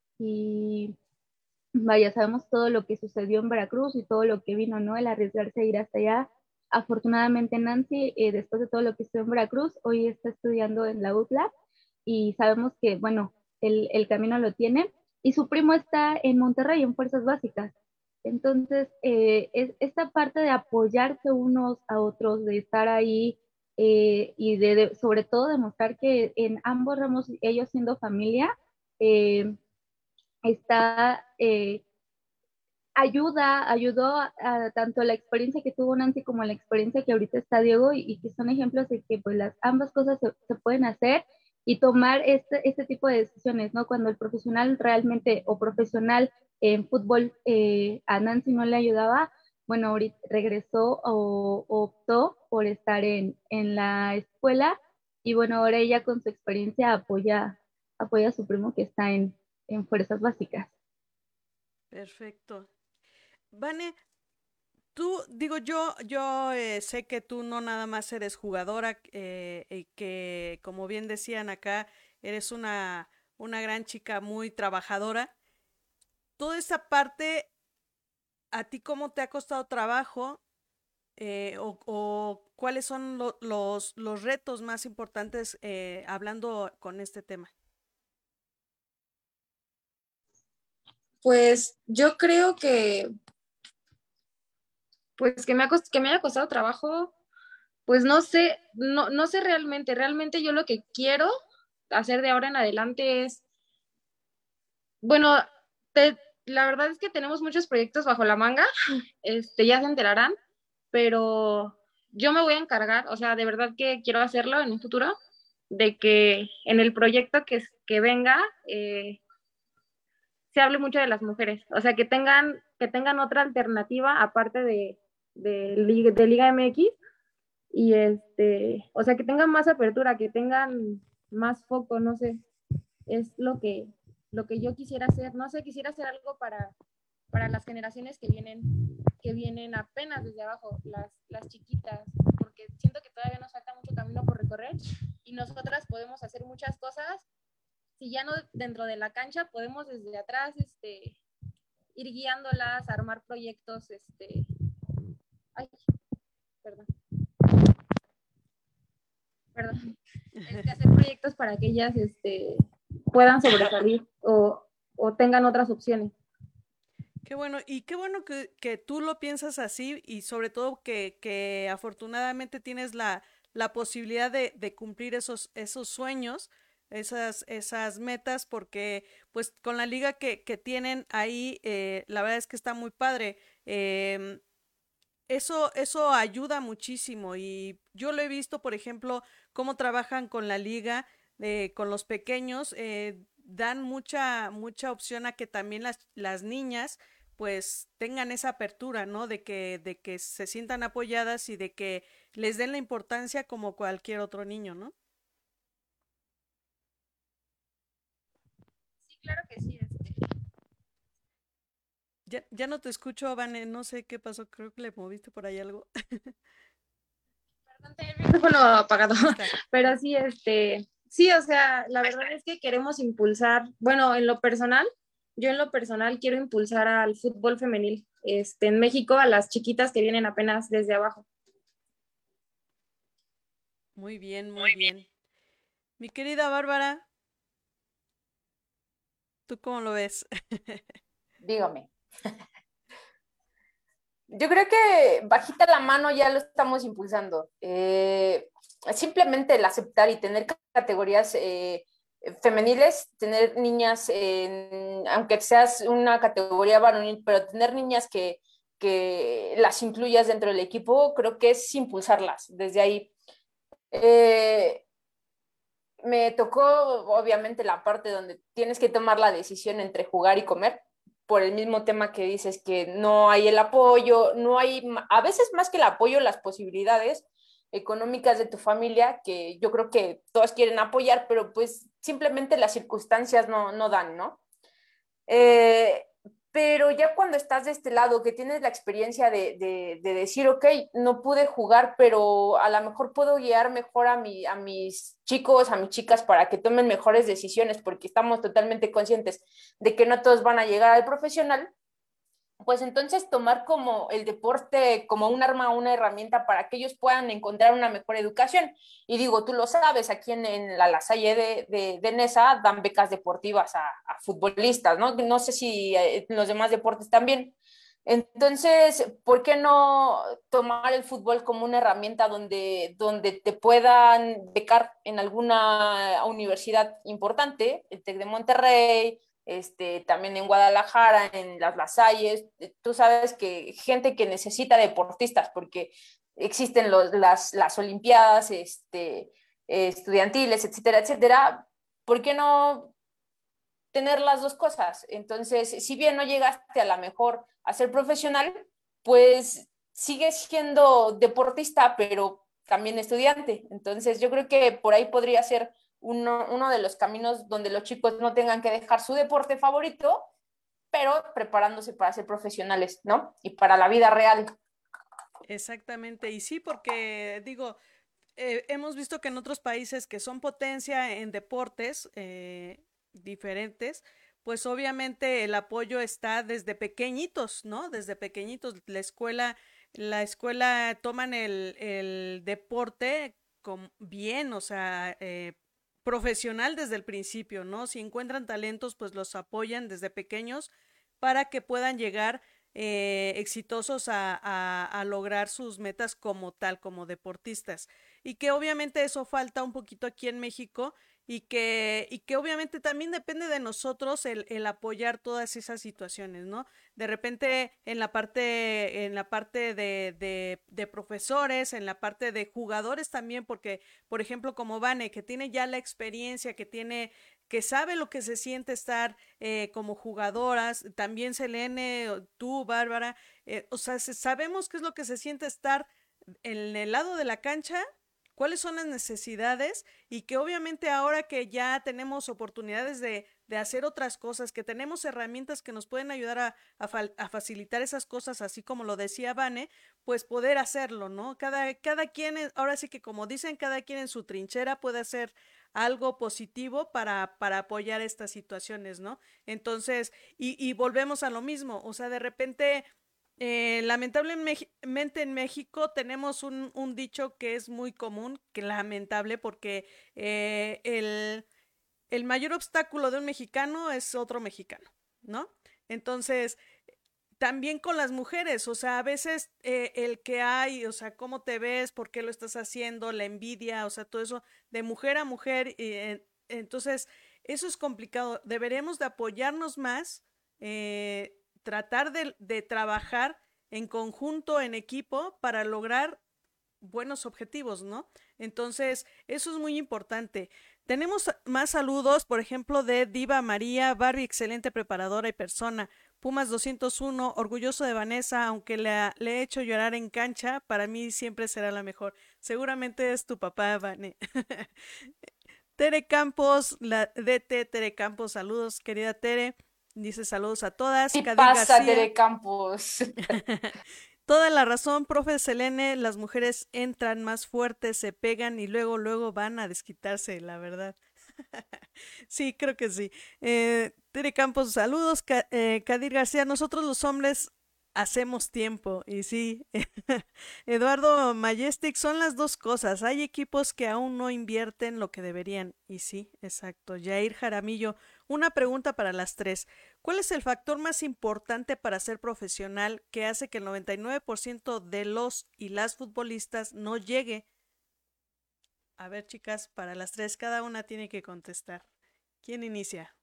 y vaya, sabemos todo lo que sucedió en Veracruz y todo lo que vino, ¿no? El arriesgarse a ir hasta allá. Afortunadamente Nancy, eh, después de todo lo que estuvo en Veracruz, hoy está estudiando en la U T L A y sabemos que, bueno, el, el camino lo tiene y su primo está en Monterrey en Fuerzas Básicas. Entonces, eh, es esta parte de apoyarse unos a otros, de estar ahí eh, y de, de, sobre todo demostrar que en ambos ramos, ellos siendo familia, eh, está, eh, ayuda, ayudó a, a, tanto la experiencia que tuvo Nancy como la experiencia que ahorita está Diego y, y que son ejemplos de que pues las ambas cosas se, se pueden hacer y tomar este, este tipo de decisiones, ¿no? Cuando el profesional realmente o profesional en fútbol eh, a Nancy no le ayudaba, bueno, ahorita regresó o, o optó por estar en, en la escuela y bueno, ahora ella con su experiencia apoya, apoya a su primo que está en, en Fuerzas Básicas. Perfecto. Vane, tú, digo, yo, yo eh, sé que tú no nada más eres jugadora, eh, y que como bien decían acá, eres una, una gran chica muy trabajadora. Toda esa parte, ¿a ti cómo te ha costado trabajo? Eh, o, o cuáles son lo, los, los retos más importantes eh, hablando con este tema? Pues yo creo que, pues que me, ha cost- que me haya costado trabajo, pues no sé, no, no sé realmente, realmente yo lo que quiero hacer de ahora en adelante es, bueno, te- la verdad es que tenemos muchos proyectos bajo la manga, este, ya se enterarán, pero yo me voy a encargar, o sea, de verdad que quiero hacerlo en un futuro, de que en el proyecto que, que venga eh, se hable mucho de las mujeres, o sea, que tengan, que tengan otra alternativa aparte de, de, Liga, de Liga M X y este, o sea, que tengan más apertura, que tengan más foco, no sé, es lo que, lo que yo quisiera hacer, no sé, quisiera hacer algo para, para las generaciones que vienen, que vienen apenas desde abajo, las, las chiquitas, porque siento que todavía nos falta mucho camino por recorrer y nosotras podemos hacer muchas cosas, si ya no dentro de la cancha, podemos desde atrás este, ir guiándolas, armar proyectos, este, ay, perdón, perdón, este, hacer proyectos para que ellas este, puedan sobresalir o, o tengan otras opciones. Qué bueno, y qué bueno que, que tú lo piensas así y sobre todo que, que afortunadamente tienes la, la posibilidad de, de cumplir esos, esos sueños, esas, esas metas, porque pues con la liga que, que tienen ahí, eh, la verdad es que está muy padre. em, eso, eso ayuda muchísimo y yo lo he visto, por ejemplo, cómo trabajan con la liga, eh, con los pequeños, eh, dan mucha, mucha opción a que también las, las niñas pues tengan esa apertura, ¿no? De que, de que se sientan apoyadas y de que les den la importancia como cualquier otro niño, ¿no? Sí, claro que sí. Este, Ya, ya no te escucho, Vane, no sé qué pasó, creo que le moviste por ahí algo. perdón, tenía el micrófono apagado, Ahí está. pero sí, este, sí, o sea, la verdad es que queremos impulsar, bueno, en lo personal, yo en lo personal quiero impulsar al fútbol femenil, este, en México, a las chiquitas que vienen apenas desde abajo. Muy bien, muy bien. Mi querida Bárbara, ¿tú cómo lo ves? Dígame. Yo creo que bajita la mano ya lo estamos impulsando. Eh, simplemente el aceptar y tener categorías eh, femeniles, tener niñas, en, aunque seas una categoría varonil, pero tener niñas que, que las incluyas dentro del equipo, creo que es impulsarlas desde ahí. Eh, me tocó, obviamente, la parte donde tienes que tomar la decisión entre jugar y comer, por el mismo tema que dices, que no hay el apoyo, no hay, a veces más que el apoyo, las posibilidades económicas de tu familia, que yo creo que todos quieren apoyar, pero pues simplemente las circunstancias no, no dan, ¿no? Eh, pero ya cuando estás de este lado, que tienes la experiencia de, de, de, decir, ok, no pude jugar, pero a lo mejor puedo guiar mejor a, mi, a mis chicos, a mis chicas para que tomen mejores decisiones, porque estamos totalmente conscientes de que no todos van a llegar al profesional, pues entonces tomar como el deporte como un arma, una herramienta para que ellos puedan encontrar una mejor educación. Y digo, tú lo sabes, aquí en, en la La Salle de, de, de Nesa dan becas deportivas a, a futbolistas, ¿no? No sé si en los demás deportes también. Entonces, ¿por qué no tomar el fútbol como una herramienta donde, donde te puedan becar en alguna universidad importante, el TEC de Monterrey, este, también en Guadalajara, en las Lasalles? Tú sabes que gente que necesita deportistas, porque existen los, las, las Olimpiadas este, eh, estudiantiles, etcétera, etcétera. ¿Por qué no tener las dos cosas? Entonces, si bien no llegaste a la mejor a ser profesional, pues sigues siendo deportista, pero también estudiante. Entonces, yo creo que por ahí podría ser uno, uno de los caminos donde los chicos no tengan que dejar su deporte favorito, pero preparándose para ser profesionales, ¿no? Y para la vida real. Exactamente, y sí, porque digo, eh, hemos visto que en otros países que son potencia en deportes eh, diferentes, pues obviamente el apoyo está desde pequeñitos, ¿no? Desde pequeñitos, la escuela, la escuela toman el, el deporte con, bien, o sea, eh, profesional desde el principio, ¿no? Si encuentran talentos, pues los apoyan desde pequeños para que puedan llegar eh, exitosos a, a, a lograr sus metas como tal, como deportistas y que obviamente eso falta un poquito aquí en México y que, y que obviamente también depende de nosotros el, el apoyar todas esas situaciones, ¿no? De repente en la parte, en la parte de, de, de profesores, en la parte de jugadores también, porque, por ejemplo, como Vane, que tiene ya la experiencia, que tiene, que sabe lo que se siente estar eh, como jugadoras, también Selene, tú, Bárbara, eh, o sea, se, sabemos qué es lo que se siente estar en el lado de la cancha, cuáles son las necesidades y que obviamente ahora que ya tenemos oportunidades de, de hacer otras cosas, que tenemos herramientas que nos pueden ayudar a, a, fa a facilitar esas cosas, así como lo decía Vane, pues poder hacerlo, ¿no? Cada, cada quien, ahora sí que como dicen, cada quien en su trinchera puede hacer algo positivo para, para apoyar estas situaciones, ¿no? Entonces, y, y volvemos a lo mismo, o sea, de repente... Eh, lamentablemente en México tenemos un, un, dicho que es muy común, que lamentable, porque eh, el, el mayor obstáculo de un mexicano es otro mexicano, ¿no? Entonces, también con las mujeres, o sea, a veces eh, el que hay, o sea, cómo te ves, por qué lo estás haciendo, la envidia, o sea, todo eso de mujer a mujer, eh, entonces, eso es complicado, deberemos de apoyarnos más, eh, tratar de, de trabajar en conjunto, en equipo, para lograr buenos objetivos, ¿no? Entonces, eso es muy importante. Tenemos más saludos, por ejemplo, de Diva María, Barbie, excelente preparadora y persona. Pumas doscientos uno, orgulloso de Vanessa, aunque le, le he hecho llorar en cancha, para mí siempre será la mejor. Seguramente es tu papá, Vane. Tere Campos, la D T Tere Campos, saludos, querida Tere. Dice saludos a todas. ¿Qué Kadir pasa, García. Tere Campos? Toda la razón, profe Selene, las mujeres entran más fuertes, se pegan y luego, luego van a desquitarse, la verdad. Sí, creo que sí. Eh, Tere Campos, saludos. Ka eh, Kadir García, nosotros los hombres hacemos tiempo. Y sí, Eduardo Majestic, son las dos cosas. Hay equipos que aún no invierten lo que deberían. Y sí, exacto. Jair Jaramillo, una pregunta para las tres. ¿Cuál es el factor más importante para ser profesional que hace que el noventa y nueve por ciento de los y las futbolistas no llegue? A ver, chicas, para las tres, cada una tiene que contestar. ¿Quién inicia?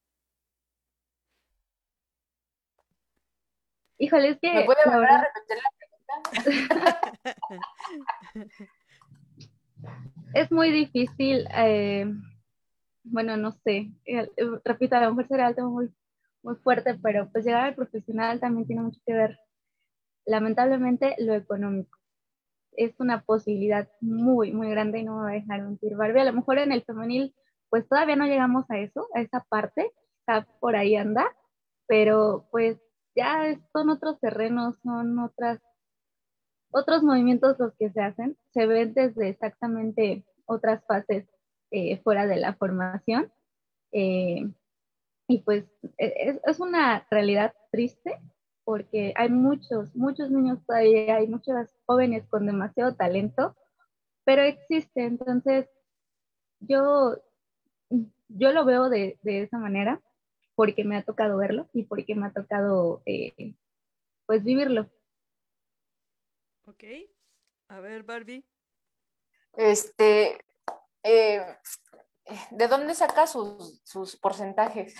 Híjole, es que ¿Me puede la volver verdad... a repetir la pregunta? Es muy difícil, eh, bueno, no sé, eh, repito, a lo mejor será algo muy, muy fuerte, pero pues llegar al profesional también tiene mucho que ver, lamentablemente, lo económico. Es una posibilidad muy, muy grande y no me va a dejar mentir Barbie. A lo mejor en el femenil, pues todavía no llegamos a eso, a esa parte, está por ahí anda, pero pues ya son otros terrenos, son otras, otros movimientos los que se hacen, se ven desde exactamente otras fases eh, fuera de la formación. Eh, y pues es, es una realidad triste porque hay muchos, muchos niños todavía, hay muchos jóvenes con demasiado talento, pero existe. Entonces, yo, yo lo veo de, de esa manera porque me ha tocado verlo y porque me ha tocado, eh, pues, vivirlo. Ok, a ver, Barbie. Este, eh, ¿de dónde saca sus, sus porcentajes?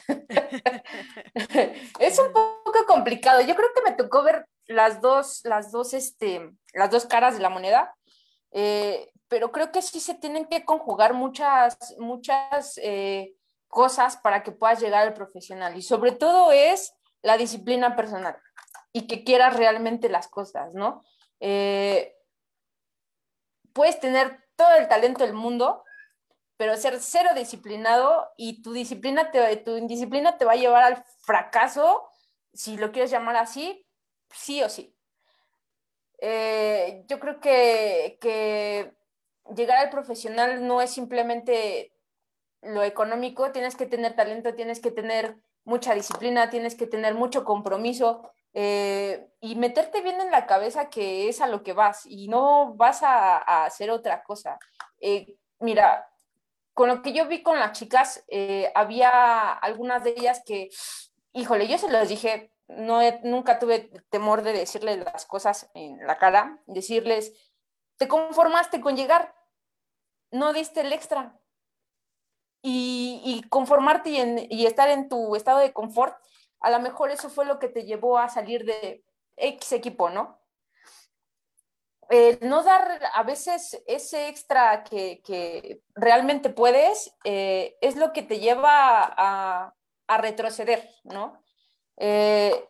Es un poco complicado. Yo creo que me tocó ver las dos, las dos, este, las dos caras de la moneda, eh, pero creo que sí se tienen que conjugar muchas, muchas eh, cosas para que puedas llegar al profesional. Y sobre todo es la disciplina personal y que quieras realmente las cosas, ¿no? Eh, puedes tener todo el talento del mundo, pero ser cero disciplinado y tu disciplina te, tu indisciplina te va a llevar al fracaso, si lo quieres llamar así, sí o sí. Eh, yo creo que, que llegar al profesional no es simplemente lo económico, tienes que tener talento, tienes que tener mucha disciplina, tienes que tener mucho compromiso eh, y meterte bien en la cabeza que es a lo que vas y no vas a, a hacer otra cosa. Eh, mira, con lo que yo vi con las chicas, eh, había algunas de ellas que, híjole, yo se los dije, no he, nunca tuve temor de decirles las cosas en la cara, decirles, te conformaste con llegar, no diste el extra. y, y conformarte y, en, y estar en tu estado de confort, a lo mejor eso fue lo que te llevó a salir de X equipo, ¿no? Eh, no dar a veces ese extra que, que realmente puedes, eh, es lo que te lleva a, a retroceder, ¿no? Eh,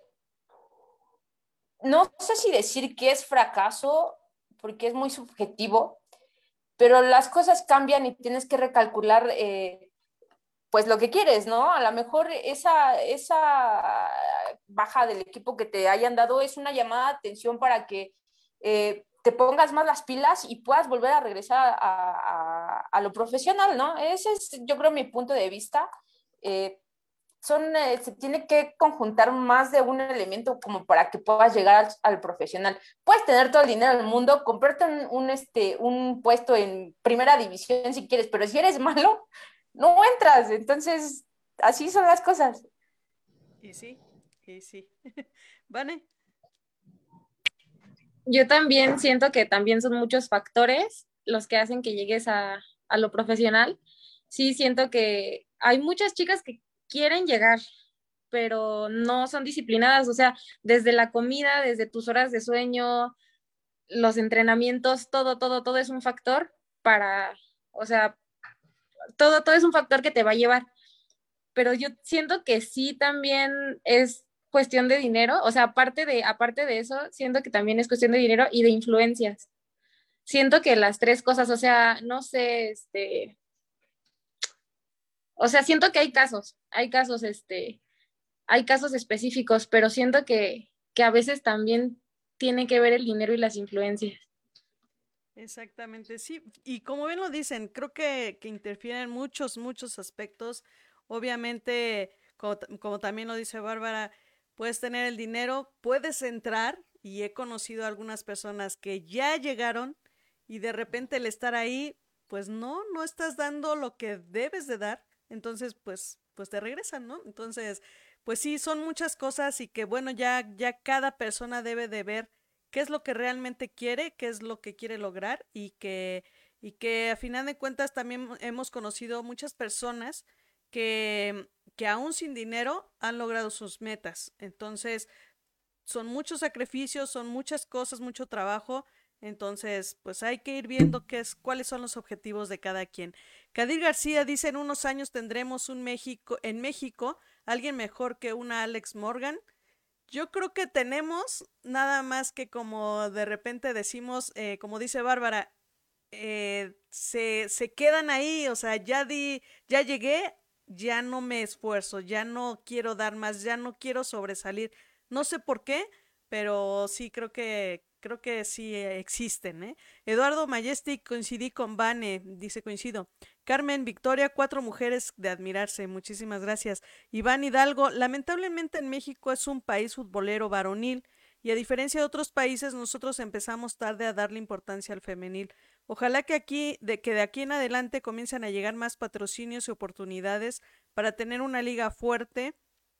no sé si decir que es fracaso, porque es muy subjetivo, pero las cosas cambian y tienes que recalcular, eh, pues lo que quieres, ¿no? A lo mejor esa, esa baja del equipo que te hayan dado es una llamada de atención para que eh, te pongas más las pilas y puedas volver a regresar a, a, a lo profesional, ¿no? Ese es, yo creo, mi punto de vista. Eh, son, eh, se tiene que conjuntar más de un elemento como para que puedas llegar al, al, profesional. Puedes tener todo el dinero del mundo, comprarte un, un, este, un puesto en primera división si quieres, pero si eres malo, no entras. Entonces, así son las cosas. Y sí, y sí. ¿Vane? Yo también siento que también son muchos factores los que hacen que llegues a, a lo profesional. Sí, siento que hay muchas chicas que quieren llegar, pero no son disciplinadas, o sea, desde la comida, desde tus horas de sueño, los entrenamientos, todo, todo, todo es un factor para, o sea, todo, todo es un factor que te va a llevar. Pero yo siento que sí también es cuestión de dinero, o sea, aparte de, aparte de eso, siento que también es cuestión de dinero y de influencias. Siento que las tres cosas, o sea, no sé, este, o sea, siento que hay casos, hay casos, este, hay casos específicos, pero siento que, que a veces también tiene que ver el dinero y las influencias. Exactamente, sí. Y como bien lo dicen, creo que, que interfieren muchos, muchos aspectos. Obviamente, como, como también lo dice Bárbara, puedes tener el dinero, puedes entrar, y he conocido a algunas personas que ya llegaron y de repente el estar ahí, pues no, no estás dando lo que debes de dar, entonces pues, pues te regresan, ¿no? Entonces, pues sí, son muchas cosas y que bueno, ya, ya cada persona debe de ver qué es lo que realmente quiere, qué es lo que quiere lograr y que, y que a final de cuentas también hemos conocido muchas personas que, que aún sin dinero han logrado sus metas. Entonces, son muchos sacrificios, son muchas cosas, mucho trabajo. Entonces, pues hay que ir viendo qué es, cuáles son los objetivos de cada quien. Kadir García dice, en unos años tendremos un México, en México, alguien mejor que una Alex Morgan. Yo creo que tenemos nada más que como de repente decimos, eh, como dice Bárbara, eh, se, se quedan ahí, o sea, ya di, ya llegué, ya no me esfuerzo, ya no quiero dar más, ya no quiero sobresalir. No sé por qué, pero sí creo que creo que sí eh, existen, ¿eh? Eduardo Majestic, coincidí con Vane, dice coincido. Carmen Victoria, cuatro mujeres de admirarse, muchísimas gracias. Iván Hidalgo, lamentablemente en México es un país futbolero varonil y a diferencia de otros países nosotros empezamos tarde a darle importancia al femenil. Ojalá que aquí, de que de aquí en adelante comiencen a llegar más patrocinios y oportunidades para tener una liga fuerte,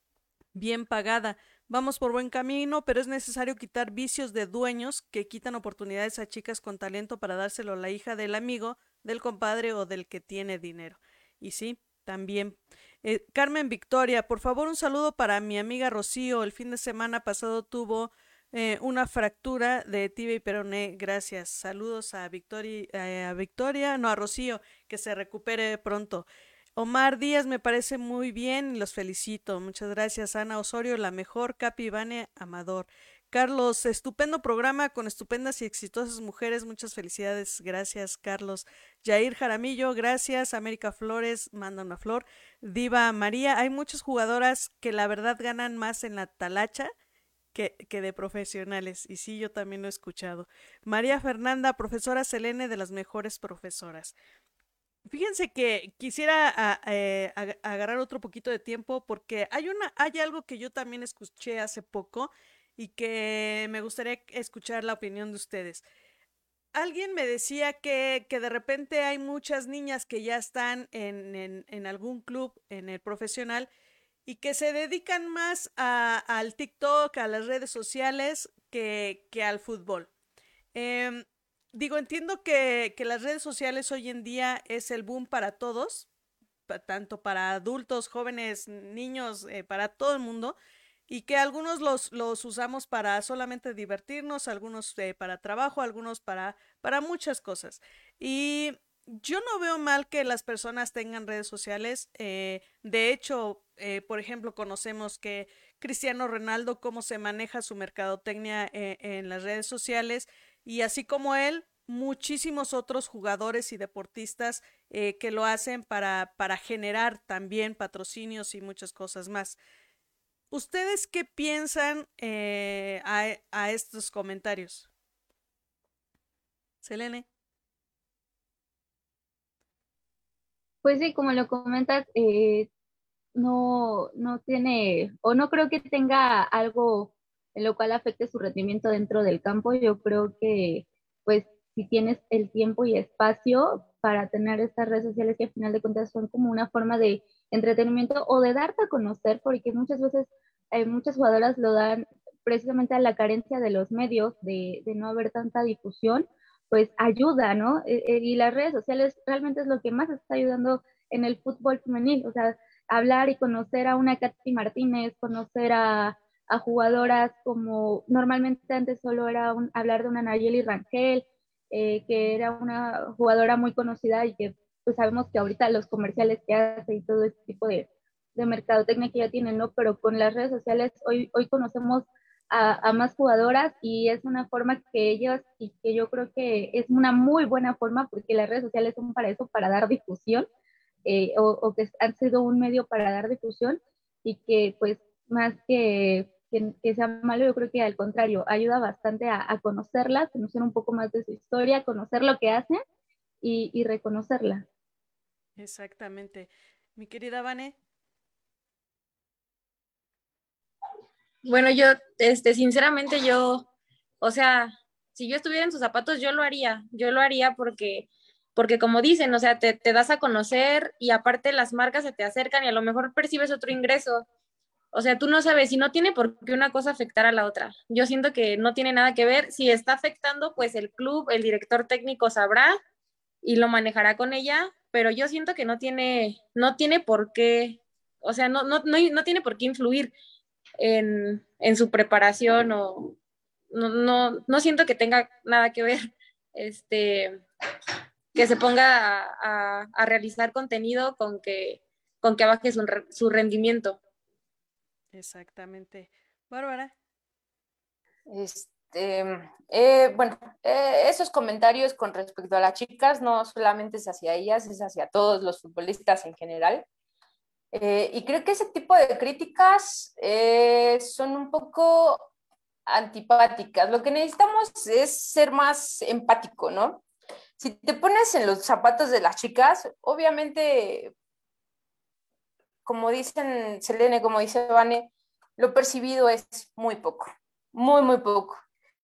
bien pagada. Vamos por buen camino, pero es necesario quitar vicios de dueños que quitan oportunidades a chicas con talento para dárselo a la hija del amigo, del compadre o del que tiene dinero. Y sí, también. Eh, Carmen Victoria, por favor, un saludo para mi amiga Rocío. El fin de semana pasado tuvo eh, una fractura de tibia y peroné. Gracias. Saludos a Victoria, eh, a Victoria, no a Rocío, que se recupere pronto. Omar Díaz, me parece muy bien, los felicito. Muchas gracias. Ana Osorio, la mejor. Capi Ivane Amador. Carlos, estupendo programa con estupendas y exitosas mujeres. Muchas felicidades. Gracias, Carlos. Jair Jaramillo, gracias. América Flores, manda una flor. Diva María, hay muchas jugadoras que la verdad ganan más en la talacha que, que de profesionales. Y sí, yo también lo he escuchado. María Fernanda, profesora Selene, de las mejores profesoras. Fíjense que quisiera a, eh, ag- agarrar otro poquito de tiempo porque hay una, hay algo que yo también escuché hace poco y que me gustaría escuchar la opinión de ustedes. Alguien me decía que, que de repente hay muchas niñas que ya están en, en, en algún club, en el profesional, y que se dedican más a, al TikTok, a las redes sociales, que, que al fútbol. Em, Digo, entiendo que, que las redes sociales hoy en día es el boom para todos, pa- tanto para adultos, jóvenes, niños, eh, para todo el mundo, y que algunos los, los usamos para solamente divertirnos, algunos eh, para trabajo, algunos para, para muchas cosas. Y yo no veo mal que las personas tengan redes sociales. Eh, de hecho, eh, por ejemplo, conocemos que Cristiano Ronaldo, cómo se maneja su mercadotecnia eh, en las redes sociales, y así como él, muchísimos otros jugadores y deportistas eh, que lo hacen para, para generar también patrocinios y muchas cosas más. ¿Ustedes qué piensan eh, a, a estos comentarios? Selene. Pues sí, como lo comentas, eh, no, no tiene, o no creo que tenga algo en lo cual afecte su rendimiento dentro del campo. Yo creo que, pues, si tienes el tiempo y espacio para tener estas redes sociales que al final de cuentas son como una forma de entretenimiento o de darte a conocer, porque muchas veces eh, muchas jugadoras lo dan precisamente a la carencia de los medios, de, de no haber tanta difusión, pues ayuda, ¿no? Eh, eh, y las redes sociales realmente es lo que más está ayudando en el fútbol femenil, o sea, hablar y conocer a una Katy Martínez, conocer a, a jugadoras como normalmente antes solo era un, hablar de una Nayeli Rangel, eh, que era una jugadora muy conocida y que pues sabemos que ahorita los comerciales que hace y todo este tipo de, de mercadotecnia que ya tienen, ¿no? Pero con las redes sociales hoy, hoy conocemos a, a, más jugadoras y es una forma que ellos y que yo creo que es una muy buena forma porque las redes sociales son para eso, para dar difusión eh, o, o que han sido un medio para dar difusión y que pues más que, que, que sea malo, yo creo que al contrario, ayuda bastante a, a conocerla, conocer un poco más de su historia, conocer lo que hacen y, y reconocerla. Exactamente. Mi querida Vane. Bueno, yo, este, sinceramente yo, o sea, si yo estuviera en sus zapatos, yo lo haría, yo lo haría porque, porque como dicen, o sea, te, te das a conocer y aparte las marcas se te acercan y a lo mejor percibes otro ingreso. O sea, tú no sabes, y no tiene por qué una cosa afectar a la otra. Yo siento que no tiene nada que ver. Si está afectando, pues el club, el director técnico sabrá y lo manejará con ella, pero yo siento que no tiene, no tiene por qué, o sea, no, no, no, no tiene por qué influir en, en su preparación o no, no, no siento que tenga nada que ver este, que se ponga a, a, a realizar contenido con que, con que baje su, su rendimiento. Exactamente. Bárbara. Este, eh, bueno, eh, esos comentarios con respecto a las chicas no solamente es hacia ellas, es hacia todos los futbolistas en general. Eh, y creo que ese tipo de críticas eh, son un poco antipáticas. Lo que necesitamos es ser más empático, ¿no? Si te pones en los zapatos de las chicas, obviamente, como dicen Selene, como dice Vane, lo percibido es muy poco, muy, muy poco.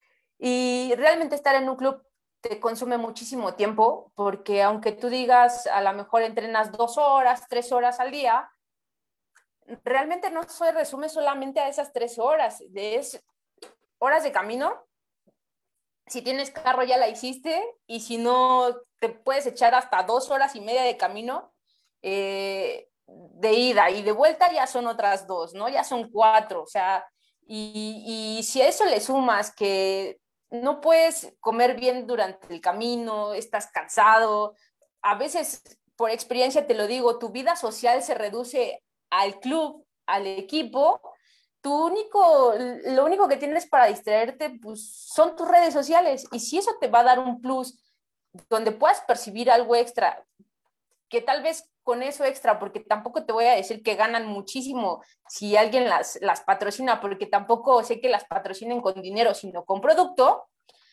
Y realmente estar en un club te consume muchísimo tiempo, porque aunque tú digas, a lo mejor entrenas dos horas, tres horas al día, realmente no se resume solamente a esas tres horas, de es horas de camino. Si tienes carro ya la hiciste, y si no, te puedes echar hasta dos horas y media de camino eh, de ida, y de vuelta ya son otras dos, ¿no? Ya son cuatro, o sea, y, y si a eso le sumas que no puedes comer bien durante el camino, estás cansado, a veces, por experiencia te lo digo, tu vida social se reduce al club, al equipo. Tu único, lo único que tienes para distraerte, pues, son tus redes sociales, y si eso te va a dar un plus donde puedas percibir algo extra, que tal vez con eso extra, porque tampoco te voy a decir que ganan muchísimo si alguien las, las patrocina, porque tampoco sé que las patrocinen con dinero, sino con producto,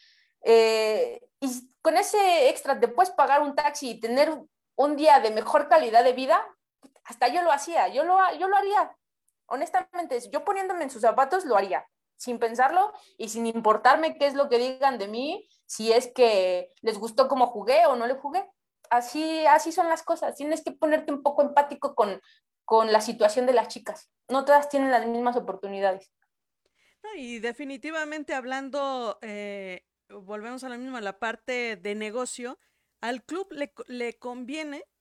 eh, y con ese extra te puedes pagar un taxi y tener un día de mejor calidad de vida. Hasta yo lo hacía, yo lo, yo lo haría. Honestamente, yo poniéndome en sus zapatos lo haría, sin pensarlo y sin importarme qué es lo que digan de mí, si es que les gustó cómo jugué o no le jugué. Así, así son las cosas. Tienes que ponerte un poco empático con, con la situación de las chicas. No todas tienen las mismas oportunidades. No, y definitivamente hablando, eh, volvemos a lo mismo, a la parte de negocio, al club le, le conviene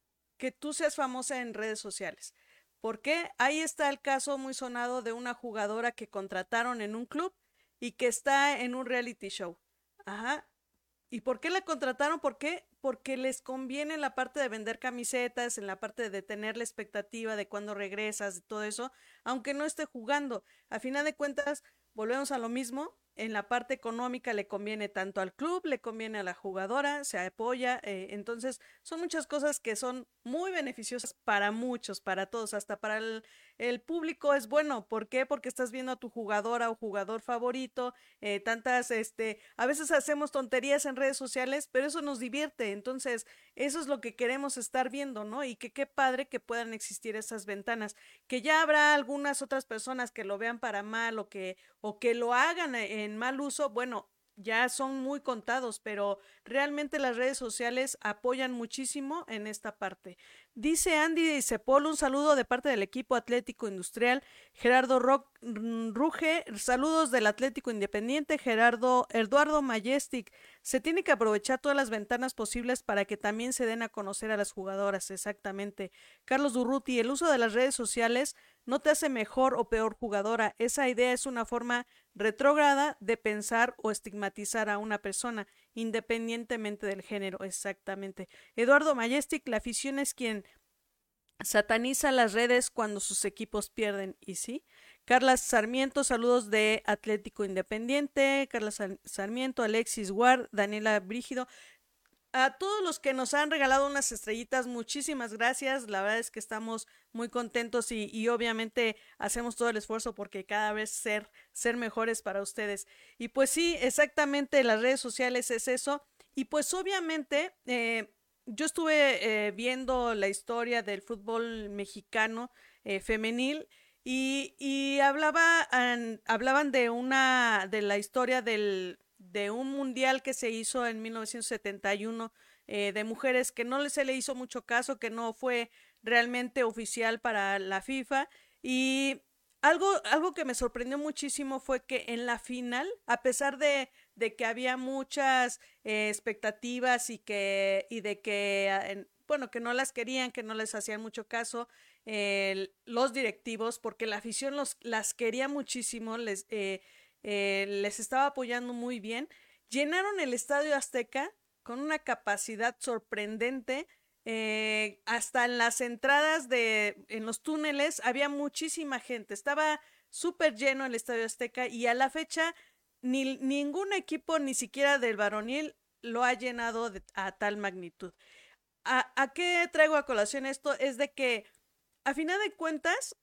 que tú seas famosa en redes sociales. ¿Por qué? Ahí está el caso muy sonado de una jugadora que contrataron en un club y que está en un reality show. Ajá. ¿Y por qué la contrataron? ¿Por qué? Porque les conviene en la parte de vender camisetas, en la parte de tener la expectativa de cuándo regresas, de todo eso, aunque no esté jugando. A final de cuentas, volvemos a lo mismo. En la parte económica le conviene tanto al club, le conviene a la jugadora, se apoya. Eh, entonces, son muchas cosas que son muy beneficiosas para muchos, para todos, hasta para el, el público es bueno. ¿Por qué? Porque estás viendo a tu jugadora o jugador favorito. Eh, tantas, este, a veces hacemos tonterías en redes sociales, pero eso nos divierte. Entonces, eso es lo que queremos estar viendo, ¿no? Y que qué padre que puedan existir esas ventanas. Que ya habrá algunas otras personas que lo vean para mal o que, o que lo hagan en mal uso, bueno, ya son muy contados, pero realmente las redes sociales apoyan muchísimo en esta parte. Dice Andy Cepol, un saludo de parte del equipo Atlético Industrial. Gerardo Ro Ruge, saludos del Atlético Independiente. Gerardo Eduardo Majestic, se tiene que aprovechar todas las ventanas posibles para que también se den a conocer a las jugadoras, exactamente. Carlos Durruti, el uso de las redes sociales no te hace mejor o peor jugadora. Esa idea es una forma retrógrada de pensar o estigmatizar a una persona, independientemente del género, exactamente. Eduardo Majestic, la afición es quien sataniza las redes cuando sus equipos pierden, y sí. Carla Sarmiento, saludos de Atlético Independiente. Carla Sarmiento, Alexis Ward, Daniela Brígido. A todos los que nos han regalado unas estrellitas, muchísimas gracias. La verdad es que estamos muy contentos y, y obviamente hacemos todo el esfuerzo porque cada vez ser, ser mejores para ustedes. Y pues sí, exactamente, las redes sociales es eso. Y pues obviamente eh, yo estuve eh, viendo la historia del fútbol mexicano eh, femenil y, y hablaba, an, hablaban de una, de la historia del de un mundial que se hizo en mil novecientos setenta y uno eh, de mujeres que no se le hizo mucho caso, que no fue realmente oficial para la FIFA y algo, algo que me sorprendió muchísimo fue que en la final, a pesar de, de que había muchas eh, expectativas y, que, y de que, eh, bueno, que no las querían, que no les hacían mucho caso, eh, los directivos, porque la afición los, las quería muchísimo, les... Eh, Eh, les estaba apoyando muy bien, llenaron el Estadio Azteca con una capacidad sorprendente, eh, hasta en las entradas de, en los túneles había muchísima gente, estaba súper lleno el Estadio Azteca y a la fecha ni, ningún equipo, ni siquiera del varonil, lo ha llenado de, a tal magnitud. ¿A, ¿A qué traigo a colación esto? Es de que a final de cuentas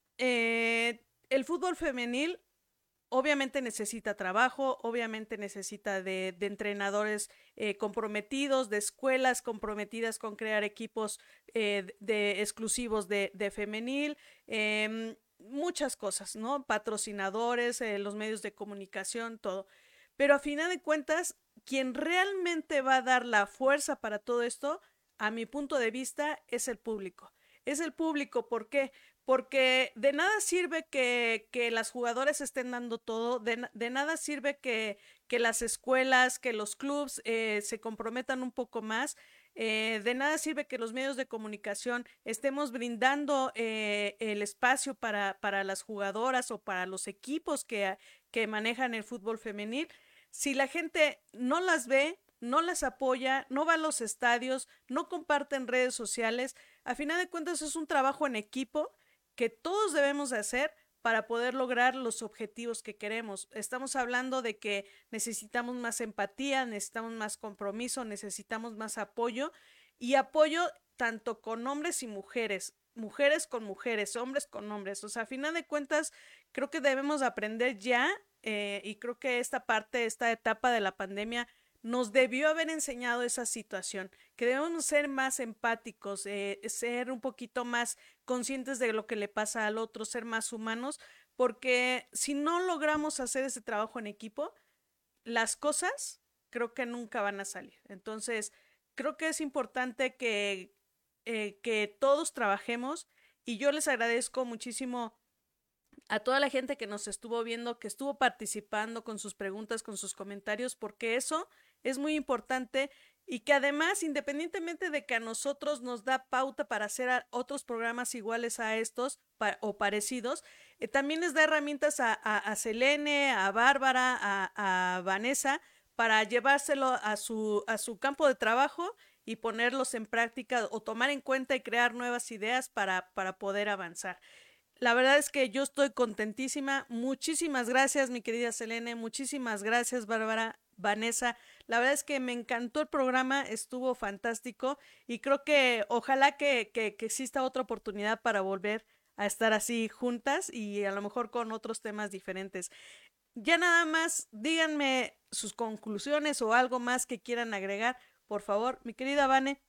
eh, el fútbol femenil obviamente necesita trabajo, obviamente necesita de, de entrenadores eh, comprometidos, de escuelas comprometidas con crear equipos eh, de, exclusivos de, de femenil, eh, muchas cosas, ¿no? Patrocinadores, eh, los medios de comunicación, todo. Pero a final de cuentas, quien realmente va a dar la fuerza para todo esto, a mi punto de vista, es el público. Es el público, ¿por qué? Porque de nada sirve que, que las jugadoras estén dando todo, de, de nada sirve que, que las escuelas, que los clubs eh, se comprometan un poco más, eh, de nada sirve que los medios de comunicación estemos brindando eh, el espacio para, para las jugadoras o para los equipos que, que manejan el fútbol femenil, si la gente no las ve, no las apoya, no va a los estadios, no comparte en redes sociales. A final de cuentas es un trabajo en equipo que todos debemos de hacer para poder lograr los objetivos que queremos. Estamos hablando de que necesitamos más empatía, necesitamos más compromiso, necesitamos más apoyo y apoyo tanto con hombres y mujeres, mujeres con mujeres, hombres con hombres. O sea, a final de cuentas creo que debemos aprender ya eh, y creo que esta parte, esta etapa de la pandemia nos debió haber enseñado esa situación, que debemos ser más empáticos, eh, ser un poquito más conscientes de lo que le pasa al otro, ser más humanos, porque si no logramos hacer ese trabajo en equipo, las cosas creo que nunca van a salir. Entonces, creo que es importante que, eh, que todos trabajemos y yo les agradezco muchísimo a toda la gente que nos estuvo viendo, que estuvo participando con sus preguntas, con sus comentarios, porque eso es muy importante y que además, independientemente de que a nosotros nos da pauta para hacer otros programas iguales a estos pa o parecidos, eh, también les da herramientas a, a, a Selene, a Bárbara, a, a Vanessa, para llevárselo a su, a su campo de trabajo y ponerlos en práctica o tomar en cuenta y crear nuevas ideas para, para poder avanzar. La verdad es que yo estoy contentísima. Muchísimas gracias, mi querida Selene. Muchísimas gracias, Bárbara, Vanessa. La verdad es que me encantó el programa, estuvo fantástico y creo que ojalá que, que, que exista otra oportunidad para volver a estar así juntas y a lo mejor con otros temas diferentes. Ya nada más, díganme sus conclusiones o algo más que quieran agregar, por favor, mi querida Vane.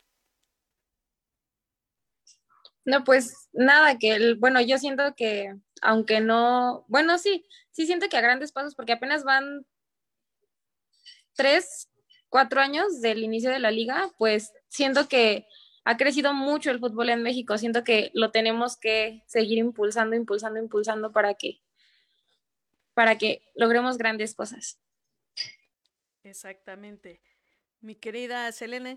No, pues nada, que el, bueno, yo siento que, aunque no, bueno, sí, sí siento que a grandes pasos, porque apenas van tres, cuatro años del inicio de la liga, pues siento que ha crecido mucho el fútbol en México, siento que lo tenemos que seguir impulsando, impulsando, impulsando para que, para que logremos grandes cosas. Exactamente. Mi querida Selene.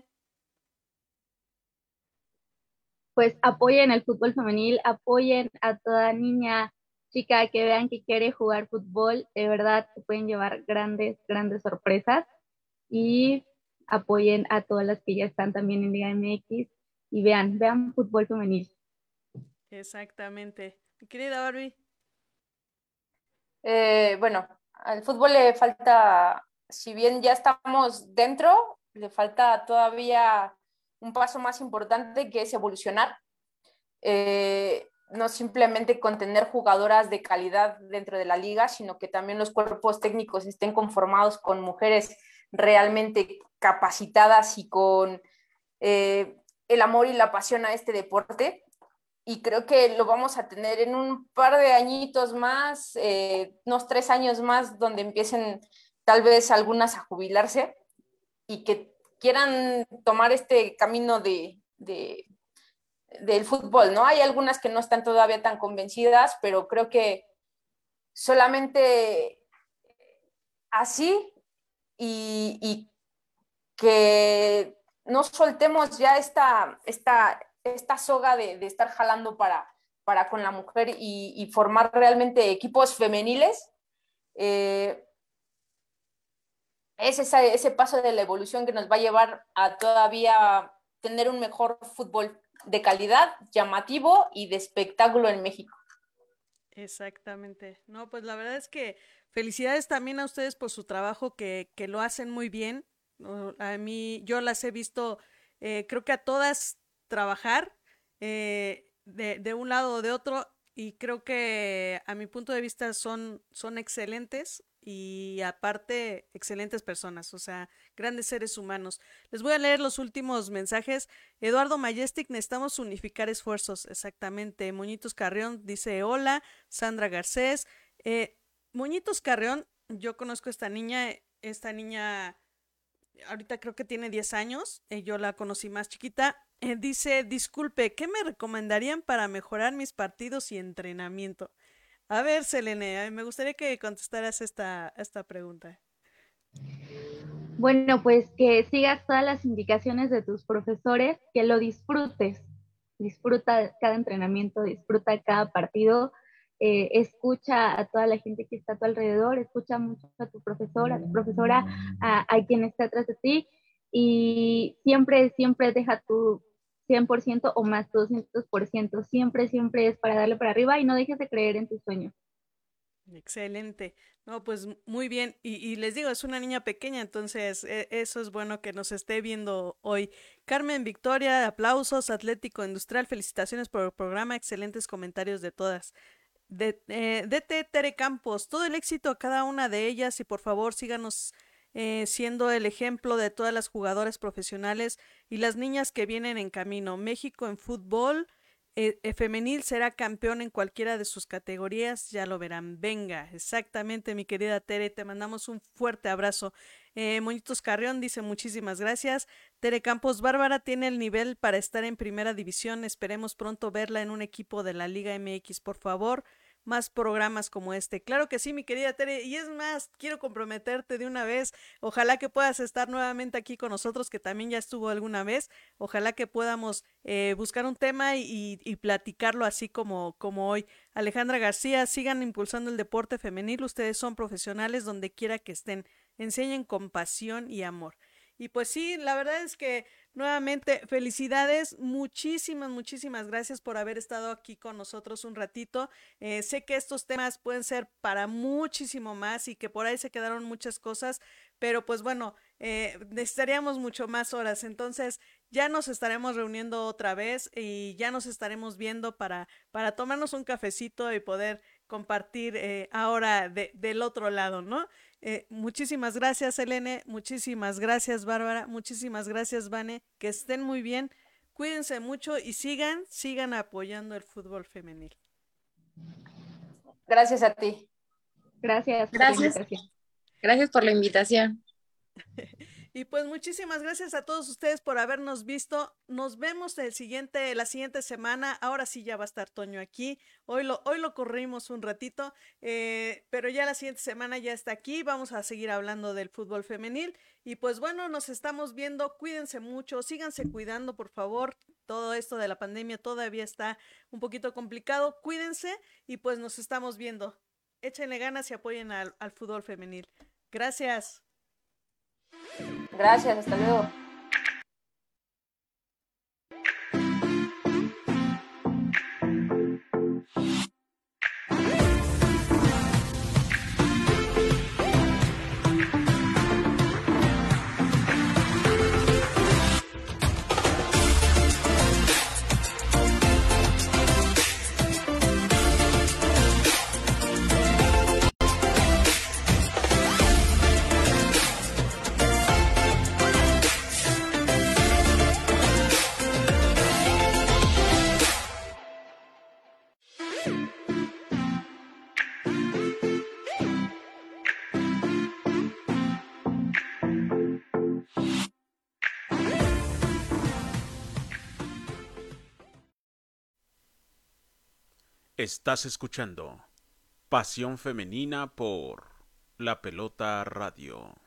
Pues apoyen el fútbol femenil, apoyen a toda niña, chica que vean que quiere jugar fútbol, de verdad se pueden llevar grandes, grandes sorpresas y apoyen a todas las que ya están también en Liga M X y vean, vean fútbol femenil. Exactamente. Mi querida Barbie. Eh, bueno, al fútbol le falta, si bien ya estamos dentro, le falta todavía un paso más importante que es evolucionar. Eh, no simplemente con tener jugadoras de calidad dentro de la liga, sino que también los cuerpos técnicos estén conformados con mujeres realmente capacitadas y con eh, el amor y la pasión a este deporte. Y creo que lo vamos a tener en un par de añitos más, eh, unos tres años más, donde empiecen tal vez algunas a jubilarse y que quieran tomar este camino de, de del fútbol, ¿no? Hay algunas que no están todavía tan convencidas, pero creo que solamente así y, y que no soltemos ya esta, esta, esta soga de, de estar jalando para, para con la mujer y, y formar realmente equipos femeniles, eh, es esa, ese paso de la evolución que nos va a llevar a todavía tener un mejor fútbol de calidad, llamativo y de espectáculo en México. Exactamente. No, pues la verdad es que felicidades también a ustedes por su trabajo, que, que lo hacen muy bien. A mí, yo las he visto, eh, creo que a todas trabajar eh, de, de un lado o de otro, y creo que a mi punto de vista son, son excelentes y aparte excelentes personas, o sea, grandes seres humanos. Les voy a leer los últimos mensajes. Eduardo Majestic, necesitamos unificar esfuerzos, exactamente. Moñitos Carrión dice hola. Sandra Garcés. Eh, Moñitos Carrión, yo conozco a esta niña, esta niña ahorita creo que tiene diez años, eh, yo la conocí más chiquita. Eh, dice, disculpe, ¿qué me recomendarían para mejorar mis partidos y entrenamiento? A ver, Selene, me gustaría que contestaras esta, esta pregunta. Bueno, pues que sigas todas las indicaciones de tus profesores, que lo disfrutes, disfruta cada entrenamiento, disfruta cada partido, eh, escucha a toda la gente que está a tu alrededor, escucha mucho a tu profesor, a tu profesora, a, a quien está atrás de ti y siempre, siempre deja tu cien por ciento o más tu doscientos por ciento, siempre, siempre es para darle para arriba y no dejes de creer en tus sueños. Excelente. No, pues muy bien. Y, y les digo, es una niña pequeña, entonces eh, eso es bueno que nos esté viendo hoy. Carmen Victoria, aplausos. Atlético Industrial, felicitaciones por el programa, excelentes comentarios de todas. De, eh, D T Tere Campos, todo el éxito a cada una de ellas y por favor síganos eh, siendo el ejemplo de todas las jugadoras profesionales y las niñas que vienen en camino. México en fútbol Eh, eh, femenil será campeón en cualquiera de sus categorías, ya lo verán. Venga, exactamente, mi querida Tere, te mandamos un fuerte abrazo. Eh, Moñitos Carrión dice muchísimas gracias. Tere Campos, Bárbara tiene el nivel para estar en primera división, esperemos pronto verla en un equipo de la Liga M X, por favor. más programas como este. Claro que sí, mi querida Tere, y es más, quiero comprometerte de una vez, ojalá que puedas estar nuevamente aquí con nosotros, que también ya estuvo alguna vez, ojalá que podamos eh, buscar un tema y, y platicarlo así como, como hoy. Alejandra García, sigan impulsando el deporte femenil, ustedes son profesionales donde quiera que estén, enseñen con pasión y amor. Y pues sí, la verdad es que nuevamente felicidades, muchísimas, muchísimas gracias por haber estado aquí con nosotros un ratito. Eh, sé que estos temas pueden ser para muchísimo más y que por ahí se quedaron muchas cosas, pero pues bueno, eh, necesitaríamos mucho más horas, entonces ya nos estaremos reuniendo otra vez y ya nos estaremos viendo para, para tomarnos un cafecito y poder compartir eh, ahora de, del otro lado, ¿no? Eh, muchísimas gracias, Elene, muchísimas gracias, Bárbara, muchísimas gracias, Vane, que estén muy bien, cuídense mucho y sigan, sigan apoyando el fútbol femenil. Gracias a ti. Gracias por la Gracias. invitación. Gracias por la invitación. Y pues muchísimas gracias a todos ustedes por habernos visto. Nos vemos el siguiente, la siguiente semana. Ahora sí ya va a estar Toño aquí. Hoy lo, hoy lo corrimos un ratito, eh, pero ya la siguiente semana ya está aquí. Vamos a seguir hablando del fútbol femenil. Y pues bueno, nos estamos viendo. Cuídense mucho, síganse cuidando, por favor. Todo esto de la pandemia todavía está un poquito complicado. Cuídense y pues nos estamos viendo. Échenle ganas y apoyen al, al fútbol femenil. Gracias. Gracias, hasta luego. Estás escuchando Pasión Femenina por La Pelota Radio.